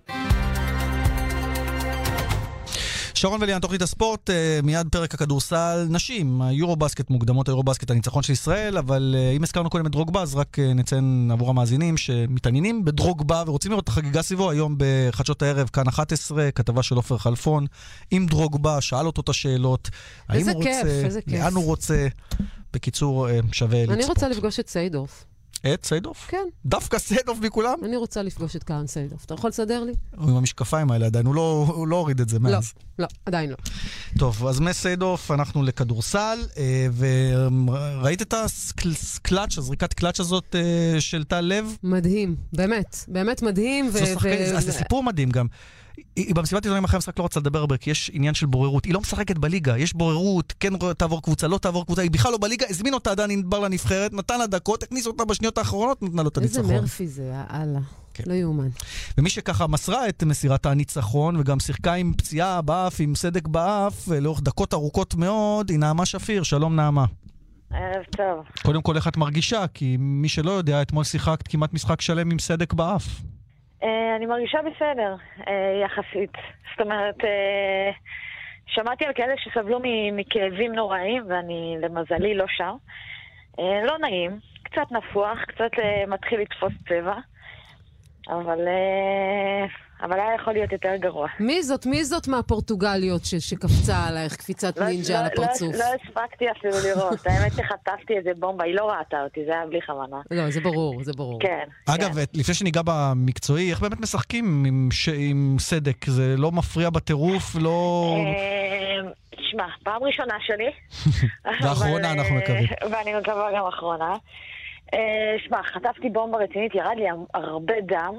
שרון וליאן, תוכנית הספורט, מיד פרק הכדורסל נשים, היורובסקט, מוקדמות היורובסקט, הניצחון של ישראל, אבל אם הזכרנו קודם את דרוגבה, אז רק נציין עבור המאזינים שמתעניינים בדרוגבה ורוצים לראות את החגיגה סביבו. היום בחדשות הערב, כאן אחת עשרה, כתבה של עופר חלפון עם דרוגבה, שאל אותו את השאלות, האם הוא רוצה, לאן הוא רוצה, בקיצור שווה לצפות. אני רוצה לפגוש את סיידורף. את סיידוף? כן. דווקא סיידוף מכולם? אני רוצה לפגוש את קהל סיידוף. אתה יכול לסדר לי? הוא עם המשקפיים האלה עדיין, הוא לא, הוא לא הוריד את זה מאז. לא, לא, עדיין לא. טוב, אז מסיידוף אנחנו לכדורסל, וראית את הקלאץ', הזריקת קלאץ' הזאת של טל לב? מדהים, באמת, באמת מדהים. ו- ו- אז זה סיפור מדהים גם. היא במסיבת עיתונאים אחרי המשחק לא רוצה לדבר הרבה, כי יש עניין של בוררות. היא לא משחקת בליגה, יש בוררות, כן תעבור קבוצה, לא תעבור קבוצה, היא בכלל לא בליגה, הזמין אותה עדיין נדבר לנבחרת, נתן לה דקות, הכניס אותה בשניות האחרונות, נתנה לו את הניצחון. איזה מרפי זה, אללה. כן. לא יאומן. ומי שככה מסרה את מסירת הניצחון, וגם שיחקה עם פציעה באף, עם סדק באף, לאורך דקות ארוכות מאוד, היא נעמה שפיר. שלום נעמה. ערב טוב. קודם כל איך את מרגישה? כי מי שלא יודע, אתמול שיחקת כמעט משחק שלם עם סדק באף. אני מרגישה בסדר, יחסית. זאת אומרת, שמעתי על כאלה שסבלו מכאבים נוראים, ואני למזלי לא שם. לא נעים, קצת נפוח, קצת מתחיל לתפוס צבע, אבל, אבל היה יכול להיות יותר גרוע. מי זאת? מי זאת מהפורטוגליות ש, שקפצה עלייך קפיצת לא, נינג'ה על הפרצוף? לא, לא הספקתי אפילו לראות. האמת שחטפתי איזה בומבה, היא לא ראתה אותי, זה היה בלי כוונה. לא, זה ברור, זה ברור. כן. אגב, כן. לפני שניגע במקצועי, איך באמת משחקים עם, ש... עם סדק? זה לא מפריע בטירוף? לא... תשמע, פעם ראשונה שלי. ואחרונה אנחנו מקווים. ואני מקווה גם אחרונה. שמע, חטפתי בומבה רצינית, ירד לי הרבה דם.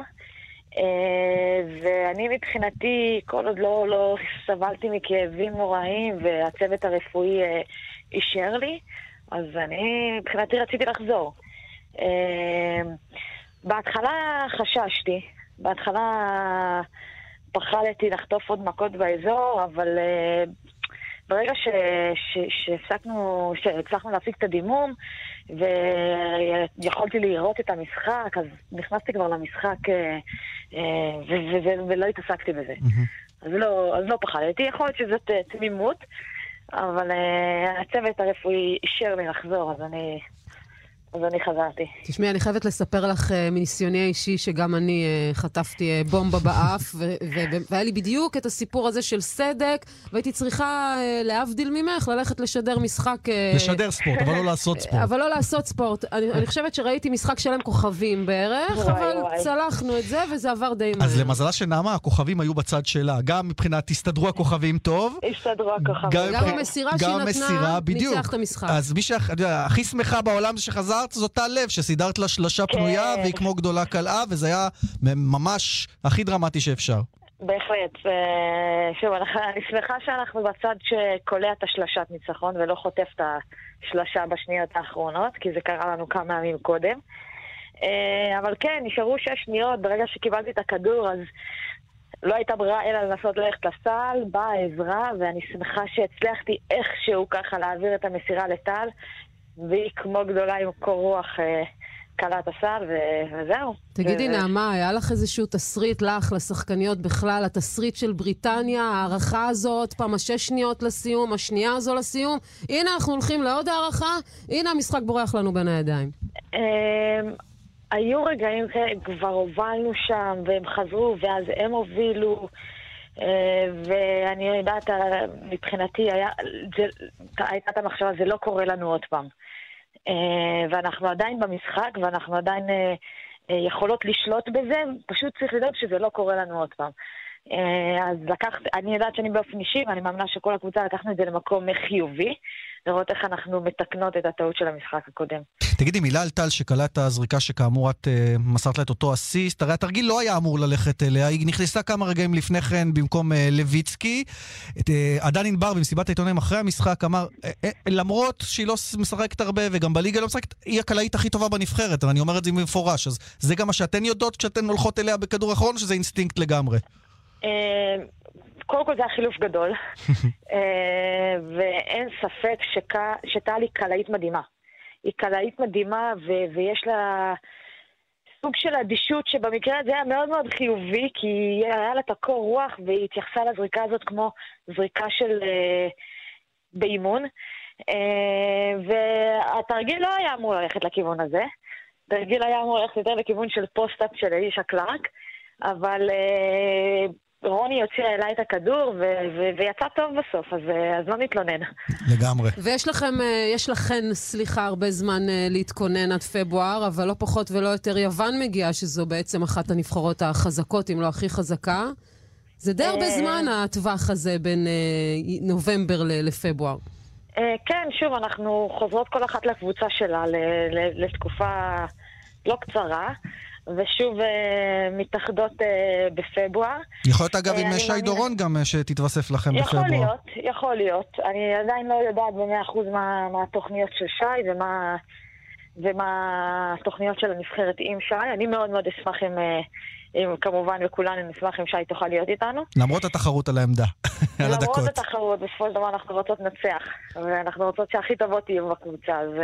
ואני מבחינתי, כל עוד לא, לא סבלתי מכאבים נוראים והצוות הרפואי אישר לי, אז אני מבחינתי רציתי לחזור. בהתחלה חששתי, בהתחלה פחדתי לחטוף עוד מכות באזור, אבל ברגע ש, ש, שהפסקנו, שהצלחנו להפיק את הדימום ויכולתי לראות את המשחק, אז נכנסתי כבר למשחק ו, ו, ולא התעסקתי בזה. אז לא, אז לא פחדתי, יכול להיות שזאת תמימות, אבל הצוות הרפואי אישר לי לחזור, אז אני... אז אני חזרתי. תשמעי, אני חייבת לספר לך uh, מניסיוני האישי שגם אני uh, חטפתי uh, בומבה באף, ו- ו- והיה לי בדיוק את הסיפור הזה של סדק, והייתי צריכה uh, להבדיל ממך ללכת לשדר משחק... Uh, לשדר ספורט, אבל לא לעשות ספורט. אבל לא לעשות ספורט. אני, אני חושבת שראיתי משחק שלם כוכבים בערך, וואי, אבל וואי. צלחנו את זה, וזה עבר די מהר. אז למזלה שנעמה, הכוכבים היו בצד שלה. גם מבחינת הסתדרו הכוכבים טוב. הסתדרו הכוכבים. גם, גם המסירה שהיא נתנה, ניצח את המשחק. אז מי שהכי שמחה בעולם זה שחזר זאת טל לב, שסידרת לה שלושה כן. פנויה, והיא כמו גדולה קלעה, וזה היה ממש הכי דרמטי שאפשר. בהחלט. שוב, אני שמחה שאנחנו בצד שקולע את השלשת ניצחון, ולא חוטף את השלשה בשניות האחרונות, כי זה קרה לנו כמה ימים קודם. אבל כן, נשארו שש שניות, ברגע שקיבלתי את הכדור, אז לא הייתה ברירה אלא לנסות ללכת לסל, באה עזרה, ואני שמחה שהצלחתי איכשהו ככה להעביר את המסירה לטל, והיא כמו גדולה עם קור רוח קלה את הסל, וזהו. תגידי, נעמה, היה לך איזשהו תסריט לך, לשחקניות בכלל, התסריט של בריטניה, הערכה הזאת, פעם השש שניות לסיום, השנייה הזו לסיום, הנה אנחנו הולכים לעוד הערכה, הנה המשחק בורח לנו בין הידיים. היו רגעים כבר הובלנו שם, והם חזרו, ואז הם הובילו, ואני יודעת, מבחינתי, הייתה את המחשבה, זה לא קורה לנו עוד פעם. ואנחנו עדיין במשחק, ואנחנו עדיין יכולות לשלוט בזה, פשוט צריך לדעת שזה לא קורה לנו עוד פעם. אז לקחת, אני יודעת שאני באופן אישי, ואני מאמינה שכל הקבוצה לקחנו את זה למקום חיובי, לראות איך אנחנו מתקנות את הטעות של המשחק הקודם. תגידי, מילה על טל שקלה את הזריקה שכאמור את uh, מסרת לה את אותו אסיסט, הרי התרגיל לא היה אמור ללכת אליה, היא נכנסה כמה רגעים לפני כן במקום uh, לויצקי, את, uh, עדן ענבר במסיבת העיתונאים אחרי המשחק אמר, uh, uh, למרות שהיא לא משחקת הרבה וגם בליגה לא משחקת, היא הקלעית הכי טובה בנבחרת, ואני אומר את זה במפורש, אז זה גם מה שאתן יודעות כשאתן הולכות אליה בכדור אחרון, שזה אינסטינקט לגמרי? קודם כל זה החילוף גדול, ואין ספק שטל היא קלעית מדהימה. היא קלעית מדהימה, ויש לה סוג של אדישות שבמקרה הזה היה מאוד מאוד חיובי, כי היה לה את הקור רוח, והיא התייחסה לזריקה הזאת כמו זריקה של באימון. והתרגיל לא היה אמור ללכת לכיוון הזה. התרגיל היה אמור ללכת יותר לכיוון של פוסט-אפ של אישה קלארק, אבל רוני יוציא אליי את הכדור, ויצא טוב בסוף, אז לא נתלונן. לגמרי. ויש לכם, יש לכן, סליחה, הרבה זמן להתכונן עד פברואר, אבל לא פחות ולא יותר יוון מגיעה, שזו בעצם אחת הנבחרות החזקות, אם לא הכי חזקה. זה די הרבה זמן, הטווח הזה בין נובמבר לפברואר. כן, שוב, אנחנו חוזרות כל אחת לקבוצה שלה לתקופה לא קצרה, ושוב מתאחדות בפברואר. יכול להיות אגב עם שי דורון גם שתתווסף לכם בפברואר. יכול להיות, יכול להיות. אני עדיין לא יודעת במאה אחוז מה התוכניות של שי ומה ומה התוכניות של הנבחרת עם שי. אני מאוד מאוד אשמח אם כמובן וכולן נשמח אם שי תוכל להיות איתנו. למרות התחרות על העמדה, על הדקות. למרות התחרות, בסופו של דבר אנחנו רוצות נצח, ואנחנו רוצות שהכי טובות יהיו בקבוצה, אז...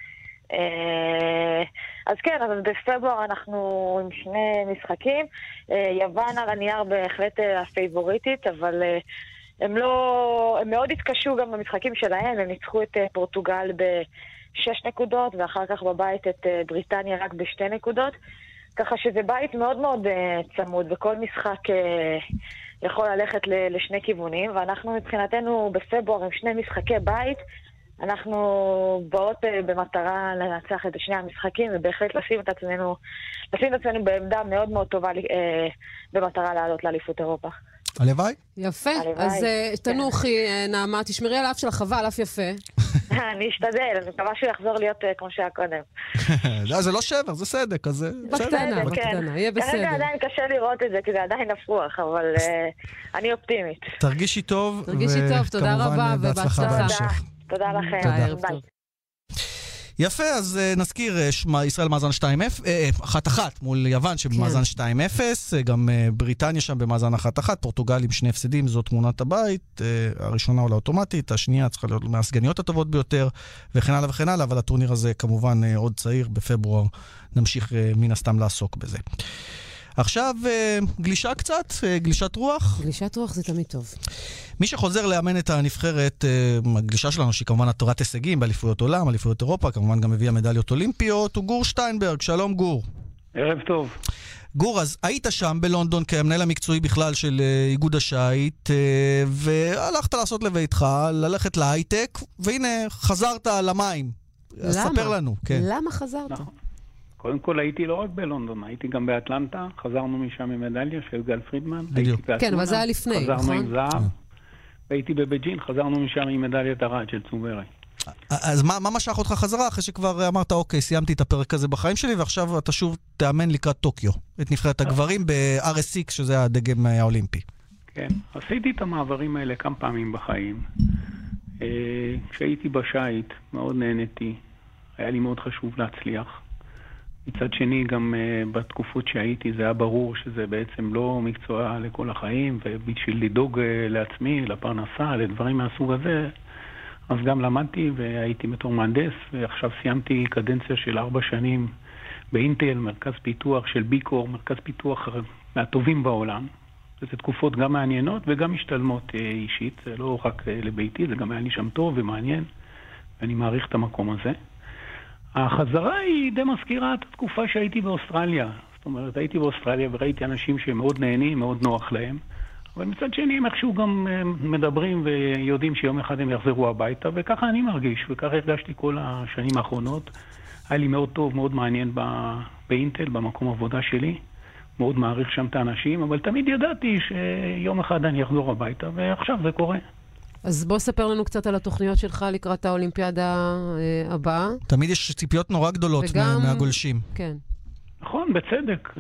אז כן, אז בפברואר אנחנו עם שני משחקים. יוון על הנייר בהחלט הפייבוריטית, אבל הם לא, הם מאוד התקשו גם במשחקים שלהם, הם ניצחו את פורטוגל בשש נקודות, ואחר כך בבית את בריטניה רק בשתי נקודות, ככה שזה בית מאוד מאוד צמוד, וכל משחק יכול ללכת לשני כיוונים, ואנחנו מבחינתנו בפברואר עם שני משחקי בית, אנחנו באות במטרה לנצח את שני המשחקים, ובהחלט לשים את עצמנו, לשים את עצמנו בעמדה מאוד מאוד טובה במטרה לעלות לאליפות אירופה. הלוואי. יפה. אז תנוחי, נעמה, תשמרי על האף של החבל, אף יפה. אני אשתדל, אני מקווה שהוא יחזור להיות כמו שהיה קודם. זה לא שבר, זה סדק, אז זה... בקטנה, בקטנה, יהיה בסדר. כרגע עדיין קשה לראות את זה, כי זה עדיין הפרוח, אבל אני אופטימית. תרגישי טוב, תרגישי טוב, תודה רבה, ובהצלחה. תודה לכם. ביי. יפה, אז נזכיר, ישראל מאזן שתיים אפס, אחת אחת מול יוון שבמאזן שתיים אפס, גם בריטניה שם במאזן אחת אחת, פורטוגל עם שני הפסדים, זו תמונת הבית, הראשונה עולה אוטומטית, השנייה צריכה להיות מהסגניות הטובות ביותר, וכן הלאה וכן הלאה, אבל הטורניר הזה כמובן עוד צעיר, בפברואר נמשיך מן הסתם לעסוק בזה. עכשיו גלישה קצת, גלישת רוח. גלישת רוח זה תמיד טוב. מי שחוזר לאמן את הנבחרת, הגלישה שלנו, שהיא כמובן התורת הישגים, באליפויות עולם, אליפויות אירופה, כמובן גם הביאה מדליות אולימפיות, הוא גור שטיינברג. שלום גור. ערב טוב. גור, אז היית שם בלונדון כמנהל המקצועי בכלל של איגוד השייט, והלכת לעשות לביתך, ללכת להייטק, והנה חזרת למים. למה? ספר לנו. כן. למה חזרת? נכון. קודם כל הייתי לא רק בלונדון, הייתי גם באטלנטה, חזרנו משם עם מדליה של גל פרידמן. בדיוק. כן, אבל זה היה לפני, נכון? חזרנו עם זהב, והייתי בבייג'ין, חזרנו משם עם מדליית ארד של צוברי. אז מה, מה משך אותך חזרה אחרי שכבר אמרת, אוקיי, סיימתי את הפרק הזה בחיים שלי, ועכשיו אתה שוב תאמן לקראת טוקיו, את נבחרת הגברים ב-אר אס איקס, שזה הדגם האולימפי. כן, עשיתי את המעברים האלה כמה פעמים בחיים. כשהייתי בשייט, מאוד נהניתי, היה לי מאוד חשוב להצליח. מצד שני, גם uh, בתקופות שהייתי, זה היה ברור שזה בעצם לא מקצוע לכל החיים, ובשביל לדאוג uh, לעצמי, לפרנסה, לדברים מהסוג הזה, אז גם למדתי והייתי בתור מהנדס, ועכשיו סיימתי קדנציה של ארבע שנים באינטל, מרכז פיתוח של ביקור, מרכז פיתוח מהטובים בעולם. וזה תקופות גם מעניינות וגם משתלמות אישית, זה לא רק לביתי, זה גם היה לי שם טוב ומעניין, ואני מעריך את המקום הזה. החזרה היא די מזכירה את התקופה שהייתי באוסטרליה. זאת אומרת, הייתי באוסטרליה וראיתי אנשים שמאוד נהנים, מאוד נוח להם, אבל מצד שני הם איכשהו גם מדברים ויודעים שיום אחד הם יחזרו הביתה, וככה אני מרגיש, וככה הרגשתי כל השנים האחרונות. היה לי מאוד טוב, מאוד מעניין באינטל, במקום עבודה שלי. מאוד מעריך שם את האנשים, אבל תמיד ידעתי שיום אחד אני אחזור הביתה, ועכשיו זה קורה. אז בוא ספר לנו קצת על התוכניות שלך לקראת האולימפיאדה הבאה. תמיד יש ציפיות נורא גדולות וגם... מהגולשים. כן. נכון, בצדק.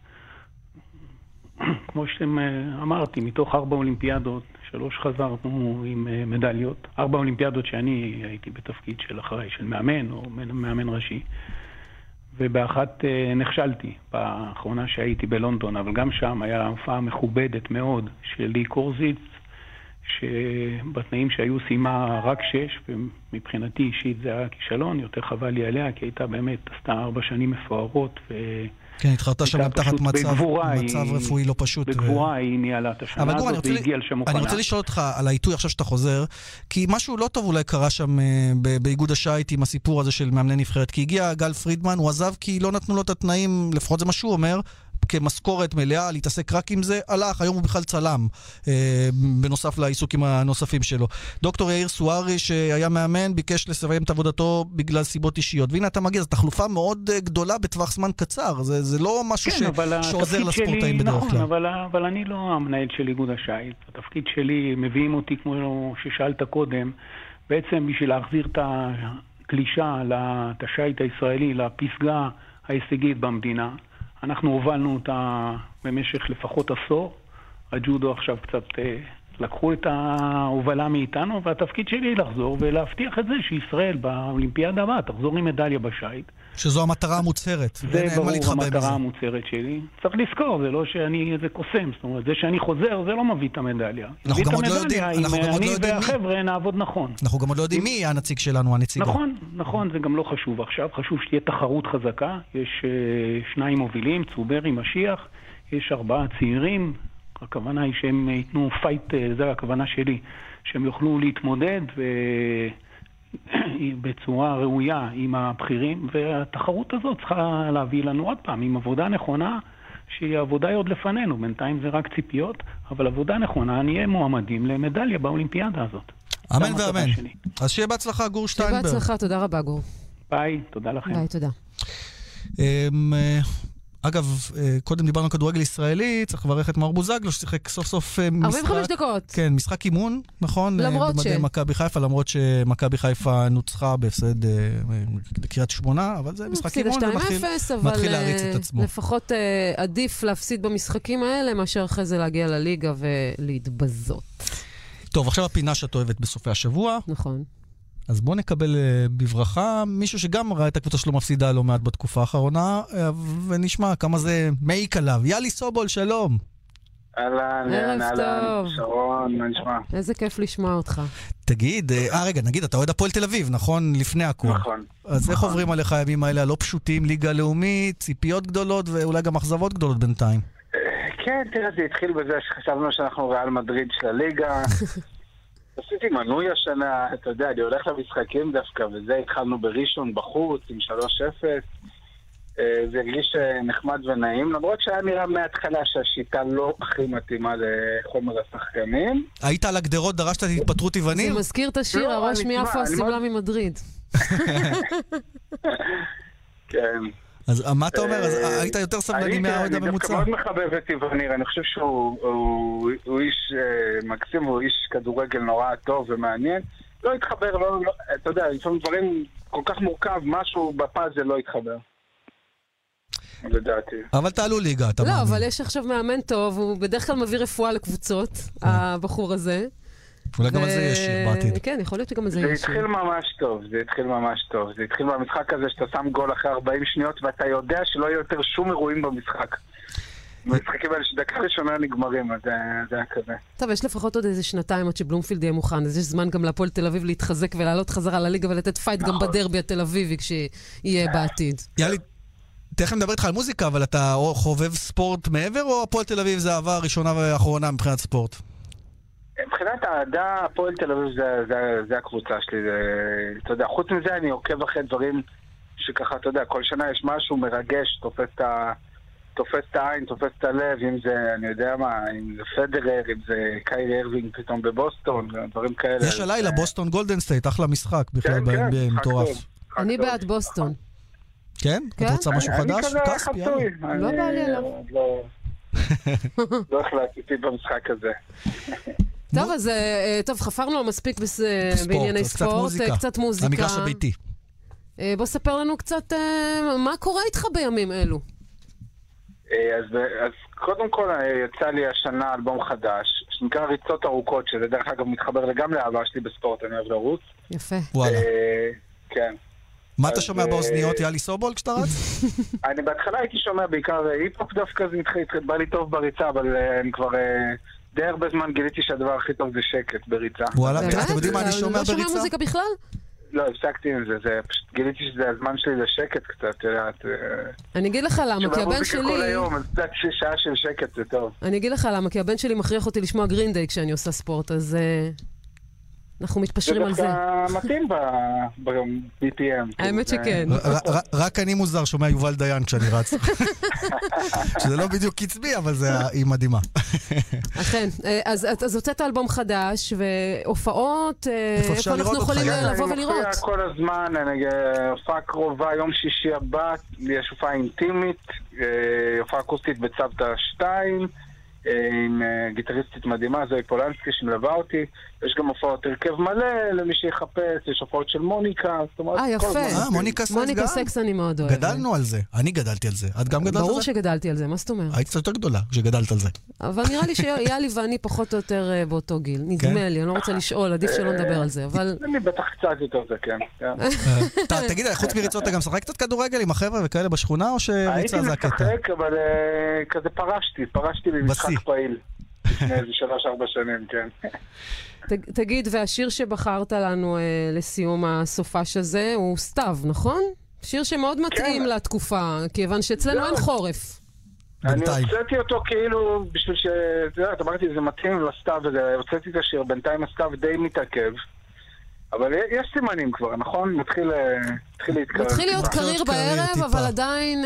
כמו שאתם אמרתי, מתוך ארבע אולימפיאדות, שלוש חזרנו עם מדליות. ארבע אולימפיאדות שאני הייתי בתפקיד של אחראי, של מאמן או מאמן ראשי. ובאחת נכשלתי, באחרונה שהייתי בלונדון, אבל גם שם היה הופעה מכובדת מאוד של לי קורזיץ, שבתנאים שהיו סיימה רק שש, ומבחינתי אישית זה היה כישלון, יותר חבל לי עליה, כי הייתה באמת, עשתה ארבע שנים מפוארות, ו... כן, התחרתה שם תחת מצב, מצב רפואי לא פשוט. בגבורה היא ניהלה את השנה הזאת והגיעה לשם מוכנה. אני רוצה לשאול אותך על העיתוי עכשיו שאתה חוזר, כי משהו לא טוב אולי קרה שם באיגוד השייט עם הסיפור הזה של מאמני נבחרת, כי הגיע גל פרידמן, הוא עזב כי לא נתנו לו את התנאים, לפחות זה מה שהוא אומר, כמשכורת מלאה, להתעסק רק עם זה, הלך, היום הוא בכלל צלם, אה, בנוסף לעיסוקים הנוספים שלו. דוקטור יאיר סוארי, שהיה מאמן, ביקש לסיים את עבודתו בגלל סיבות אישיות. והנה אתה מגיע, זו תחלופה מאוד גדולה בטווח זמן קצר, זה, זה לא משהו כן, ש... שעוזר לספורטאים בדרך נכון, כלל. אבל, אבל אני לא המנהל של איגוד השייט. התפקיד שלי, מביאים אותי, כמו ששאלת קודם, בעצם בשביל להחזיר את הקלישה, את השייט הישראלי, לפסגה ההישגית במדינה. אנחנו הובלנו אותה במשך לפחות עשור. הג'ודו עכשיו קצת אה, לקחו את ההובלה מאיתנו, והתפקיד שלי לחזור ולהבטיח את זה שישראל באולימפיאדה הבאה תחזור עם מדליה בשייט. שזו המטרה המוצהרת. זה ברור המטרה המוצהרת שלי. צריך לזכור, זה לא שאני איזה קוסם. זאת אומרת, זה שאני חוזר, זה לא מביא את המדליה. אנחנו גם עוד לא יודעים, אנחנו גם עוד לא יודעים מי. והחבר'ה נעבוד נכון. אנחנו גם עוד לא יודעים מי הנציג שלנו, הנציגה. נכון, נכון, זה גם לא חשוב עכשיו. חשוב שתהיה תחרות חזקה. יש שניים מובילים, צוברי, משיח. יש ארבעה צעירים. הכוונה היא שהם ייתנו פייט, זה הכוונה שלי, שהם יוכלו להתמודד ו... בצורה ראויה עם הבחירים, והתחרות הזאת צריכה להביא לנו עוד פעם עם עבודה נכונה, שהיא עבודה עוד לפנינו, בינתיים זה רק ציפיות, אבל עבודה נכונה, נהיה מועמדים למדליה באולימפיאדה הזאת. אמן ואמן. אז שיהיה בהצלחה גור שטיינברג. שיהיה בהצלחה, תודה רבה גור. ביי, תודה לכם. ביי, תודה. אגב, קודם דיברנו על כדורגל ישראלי, צריך לברך את מאור בוזגלו, ששיחק סוף סוף משחק... ארבעים וחמש דקות. כן, משחק אימון, נכון? למרות ש... במדי מכבי חיפה, למרות שמכבי חיפה נוצחה בהפסד בקריית שמונה, אבל זה משחק אימון ומתחיל להריץ את עצמו. לפחות עדיף להפסיד במשחקים האלה, מאשר אחרי זה להגיע לליגה ולהתבזות. טוב, עכשיו הפינה שאת אוהבת בסופי השבוע. נכון. אז בואו נקבל בברכה מישהו שגם ראה את הקבוצה שלו מפסידה לא מעט בתקופה האחרונה, ונשמע כמה זה מעיק עליו. יאלי סובול, שלום. אהלן, אהלן, שרון, מה נשמע? איזה כיף לשמוע אותך. תגיד, אה רגע, נגיד, אתה אוהד הפועל תל אביב, נכון? לפני הכל. נכון. אז איך עוברים עליך הימים האלה הלא פשוטים, ליגה לאומית, ציפיות גדולות ואולי גם אכזבות גדולות בינתיים? כן, תראה, זה התחיל בזה שחשבנו שאנחנו ריאל מדריד של הליגה. עשיתי מנוי השנה, אתה יודע, אני הולך למשחקים דווקא, וזה התחלנו בראשון בחוץ עם שלוש אפס. זה הרגיש נחמד ונעים, למרות שהיה נראה מההתחלה שהשיטה לא הכי מתאימה לחומר השחקנים. היית על הגדרות, דרשת את התפטרות איווניר? זה מזכיר את השיר, הראש מיפו הסמלה ממדריד. כן. אז מה אתה אומר? אז היית יותר סבלני מהאוהד הממוצע? אני דווקא מאוד מחבב את איווניר, אני חושב שהוא איש מקסים, הוא איש כדורגל נורא טוב ומעניין. לא התחבר, אתה יודע, לפעמים דברים כל כך מורכב, משהו בפאזל לא התחבר. לדעתי. אבל תעלו ליגה, אתה מאמין. לא, אבל יש עכשיו מאמן טוב, הוא בדרך כלל מביא רפואה לקבוצות, הבחור הזה. אולי גם על זה יש בעתיד. כן, יכול להיות שגם על זה יש. זה התחיל ממש טוב, זה התחיל ממש טוב. זה התחיל במשחק הזה שאתה שם גול אחרי ארבעים שניות, ואתה יודע שלא יהיה יותר שום אירועים במשחק. המשחקים האלה שדקה ראשונה נגמרים, אז זה היה כזה. טוב, יש לפחות עוד איזה שנתיים עד שבלומפילד יהיה מוכן, אז יש זמן גם להפועל תל אביב להתחזק ולעלות חזרה לליגה ולתת פייט גם בדרבי התל אביבי כשיהיה בעתיד. יאללה, תכף נדבר איתך על מוזיקה, אבל אתה חובב ספורט מעבר, או הפועל תל אביב זה העבר הראשונה והאחרונה מבחינת ספורט? מבחינת העדה, הפועל תל אביב זה, זה, זה הקבוצה שלי. זה, אתה יודע, חוץ מזה אני עוקב אחרי דברים שככה, אתה יודע, כל שנה יש משהו מרגש, תופס את ה... תופס את העין, תופס את הלב, אם זה, אני יודע מה, אם זה פדרר, אם זה קיירי ארווינג פתאום בבוסטון, דברים כאלה. יש הלילה בוסטון גולדן סטייט, אחלה משחק, בכלל ב-אן בי איי מטורף. אני בעד בוסטון. כן? את רוצה משהו חדש? כספי, יאללה. לא בא לי עליו. לא החלטתי במשחק הזה. טוב, אז טוב, חפרנו מספיק בענייני ספורט, קצת מוזיקה. המגרש הביתי. בוא ספר לנו קצת מה קורה איתך בימים אלו. אז, אז קודם כל יצא לי השנה אלבום חדש, שנקרא ריצות ארוכות, שזה דרך אגב מתחבר גם לאהבה שלי בספורט, אני אוהב לרוץ. יפה. וואלה. כן. מה אתה שומע באוזניות, יאלי סובול, כשאתה רץ? אני בהתחלה הייתי שומע בעיקר היפ-הופ דווקא, זה בא לי טוב בריצה, אבל אני כבר די הרבה זמן גיליתי שהדבר הכי טוב זה שקט בריצה. וואלה, אתם יודעים מה אני שומע בריצה? לא שומע מוזיקה בכלל? לא, הפסקתי עם זה, זה פשוט גיליתי שזה הזמן שלי לשקט קצת, תראה. אני אגיד לך למה, כי הבן שלי... כל היום, אז זה שעה של שקט, זה טוב. אני אגיד לך למה, כי הבן שלי מכריח אותי לשמוע גרין דיי כשאני עושה ספורט, אז אנחנו מתפשרים על זה. זה דווקא מתאים ב-בי פי אם. האמת שכן. רק אני מוזר שומע יובל דיין כשאני רץ. שזה לא בדיוק קצבי, אבל היא מדהימה. אכן, אז הוצאת אלבום חדש, והופעות, איפה אנחנו יכולים לבוא ולראות? אני מופיע כל הזמן, הופעה קרובה, יום שישי הבא, יש הופעה אינטימית, הופעה אקוסטית בצוותא שתיים, עם גיטריסטית מדהימה, זוהי פולנסקי שמלווה אותי. יש גם הופעות הרכב מלא למי שיחפש, יש הופעות של מוניקה. אה, יפה. אה, מוניקה סקס גם? מוניקה סקס אני מאוד אוהבת. גדלנו על זה, אני גדלתי על זה. את גם גדלת על זה? ברור שגדלתי על זה, מה זאת אומרת? היית קצת יותר גדולה שגדלת על זה. אבל נראה לי שיאלי ואני פחות או יותר באותו גיל. נדמה לי, אני לא רוצה לשאול, עדיף שלא נדבר על זה, אבל... אני בטח קצת יותר זה, כן. תגיד, חוץ מריצות אתה גם שחק קצת כדורגל עם החבר'ה וכאלה בשכונה, או שריצה זה הקטע? הייתי משחק, אבל כזה פרשתי, פרשתי במשחק פעיל. לפני איזה שלוש ארבע שנים, כן. תגיד, והשיר שבחרת לנו לסיום הסופש הזה הוא סתיו, נכון? שיר שמאוד מתאים לתקופה, כיוון שאצלנו אין חורף. אני הוצאתי אותו כאילו, בשביל ש... אתה אמרתי, זה מתאים לסתיו, הוצאתי את השיר, בינתיים הסתיו די מתעכב. אבל יש סימנים כבר, נכון? מתחיל להתקרב. מתחיל להיות קריר בערב, אבל עדיין...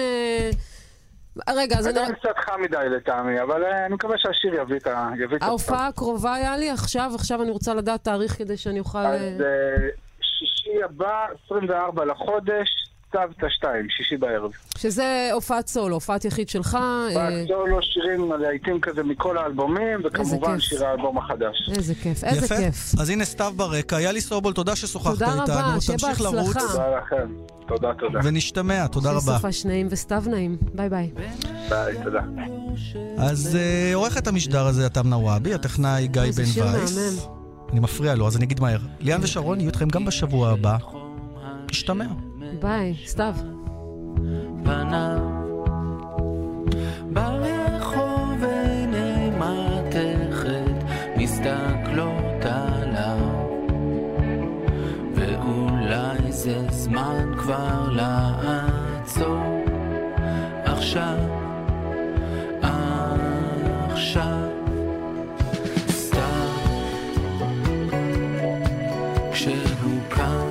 רגע, אז אני... עדיין קצת חם מדי לטעמי, אבל אני מקווה שהשיר יביא את ה... ההופעה הקרובה היה לי עכשיו, עכשיו אני רוצה לדעת תאריך כדי שאני אוכל... אז שישי הבא, עשרים וארבעה לחודש, צוותא שתיים, שישי בערב. שזה הופעת סולו, הופעת יחיד שלך. הופעת סולו, שירים לעיתים כזה מכל האלבומים, וכמובן שיר האלבום החדש. איזה כיף, איזה כיף. אז הנה סתיו ברקע, יאלי סובול, תודה ששוחחת איתנו. תודה רבה, שיהיה בהצלחה. תודה לכם, תודה, תודה. ונשתמע, תודה רבה. סופש נעים וסתיו נעים, ביי ביי. ביי, תודה. אז עורכת המשדר הזה, אתם נוואבי, הטכנאי גיא בן וייס. אני מפריע לו, אז אני אגיד מהר. ליאן ושרון יהיו אתכם גם בשבוע הבא. נשתמע. ביי, סתיו. פניו ברחוב עיני מתכת מסתכלות עליו, ואולי זה זמן כבר לעצור עכשיו, עכשיו סתיו כשהוא קם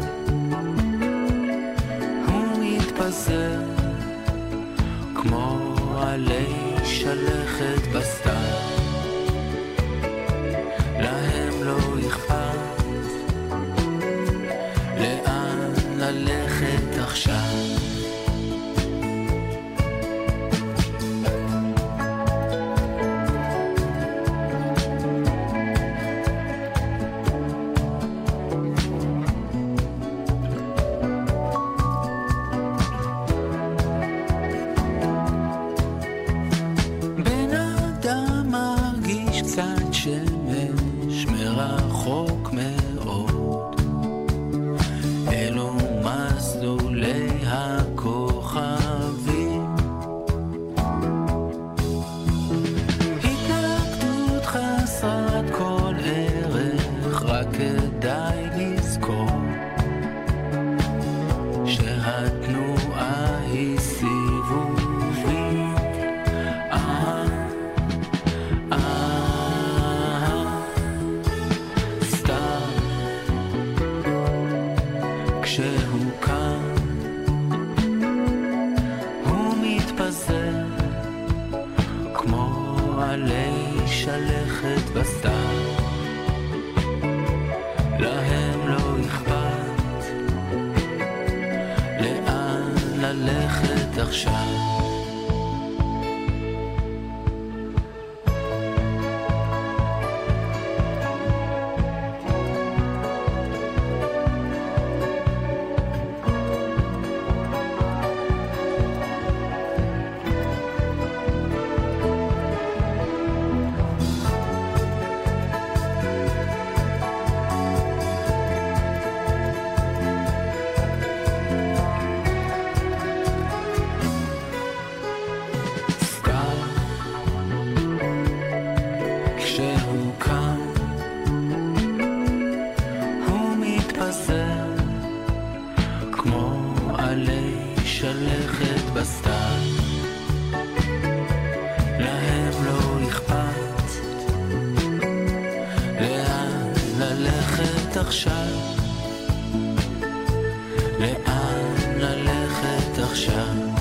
כמו עלי שלכת בסתיו, להם לא אכפת לאן ללכת עכשיו. שלכת בסתיו, להם לא אכפת לאן ללכת עכשיו. עכשיו, לאן ללכת עכשיו?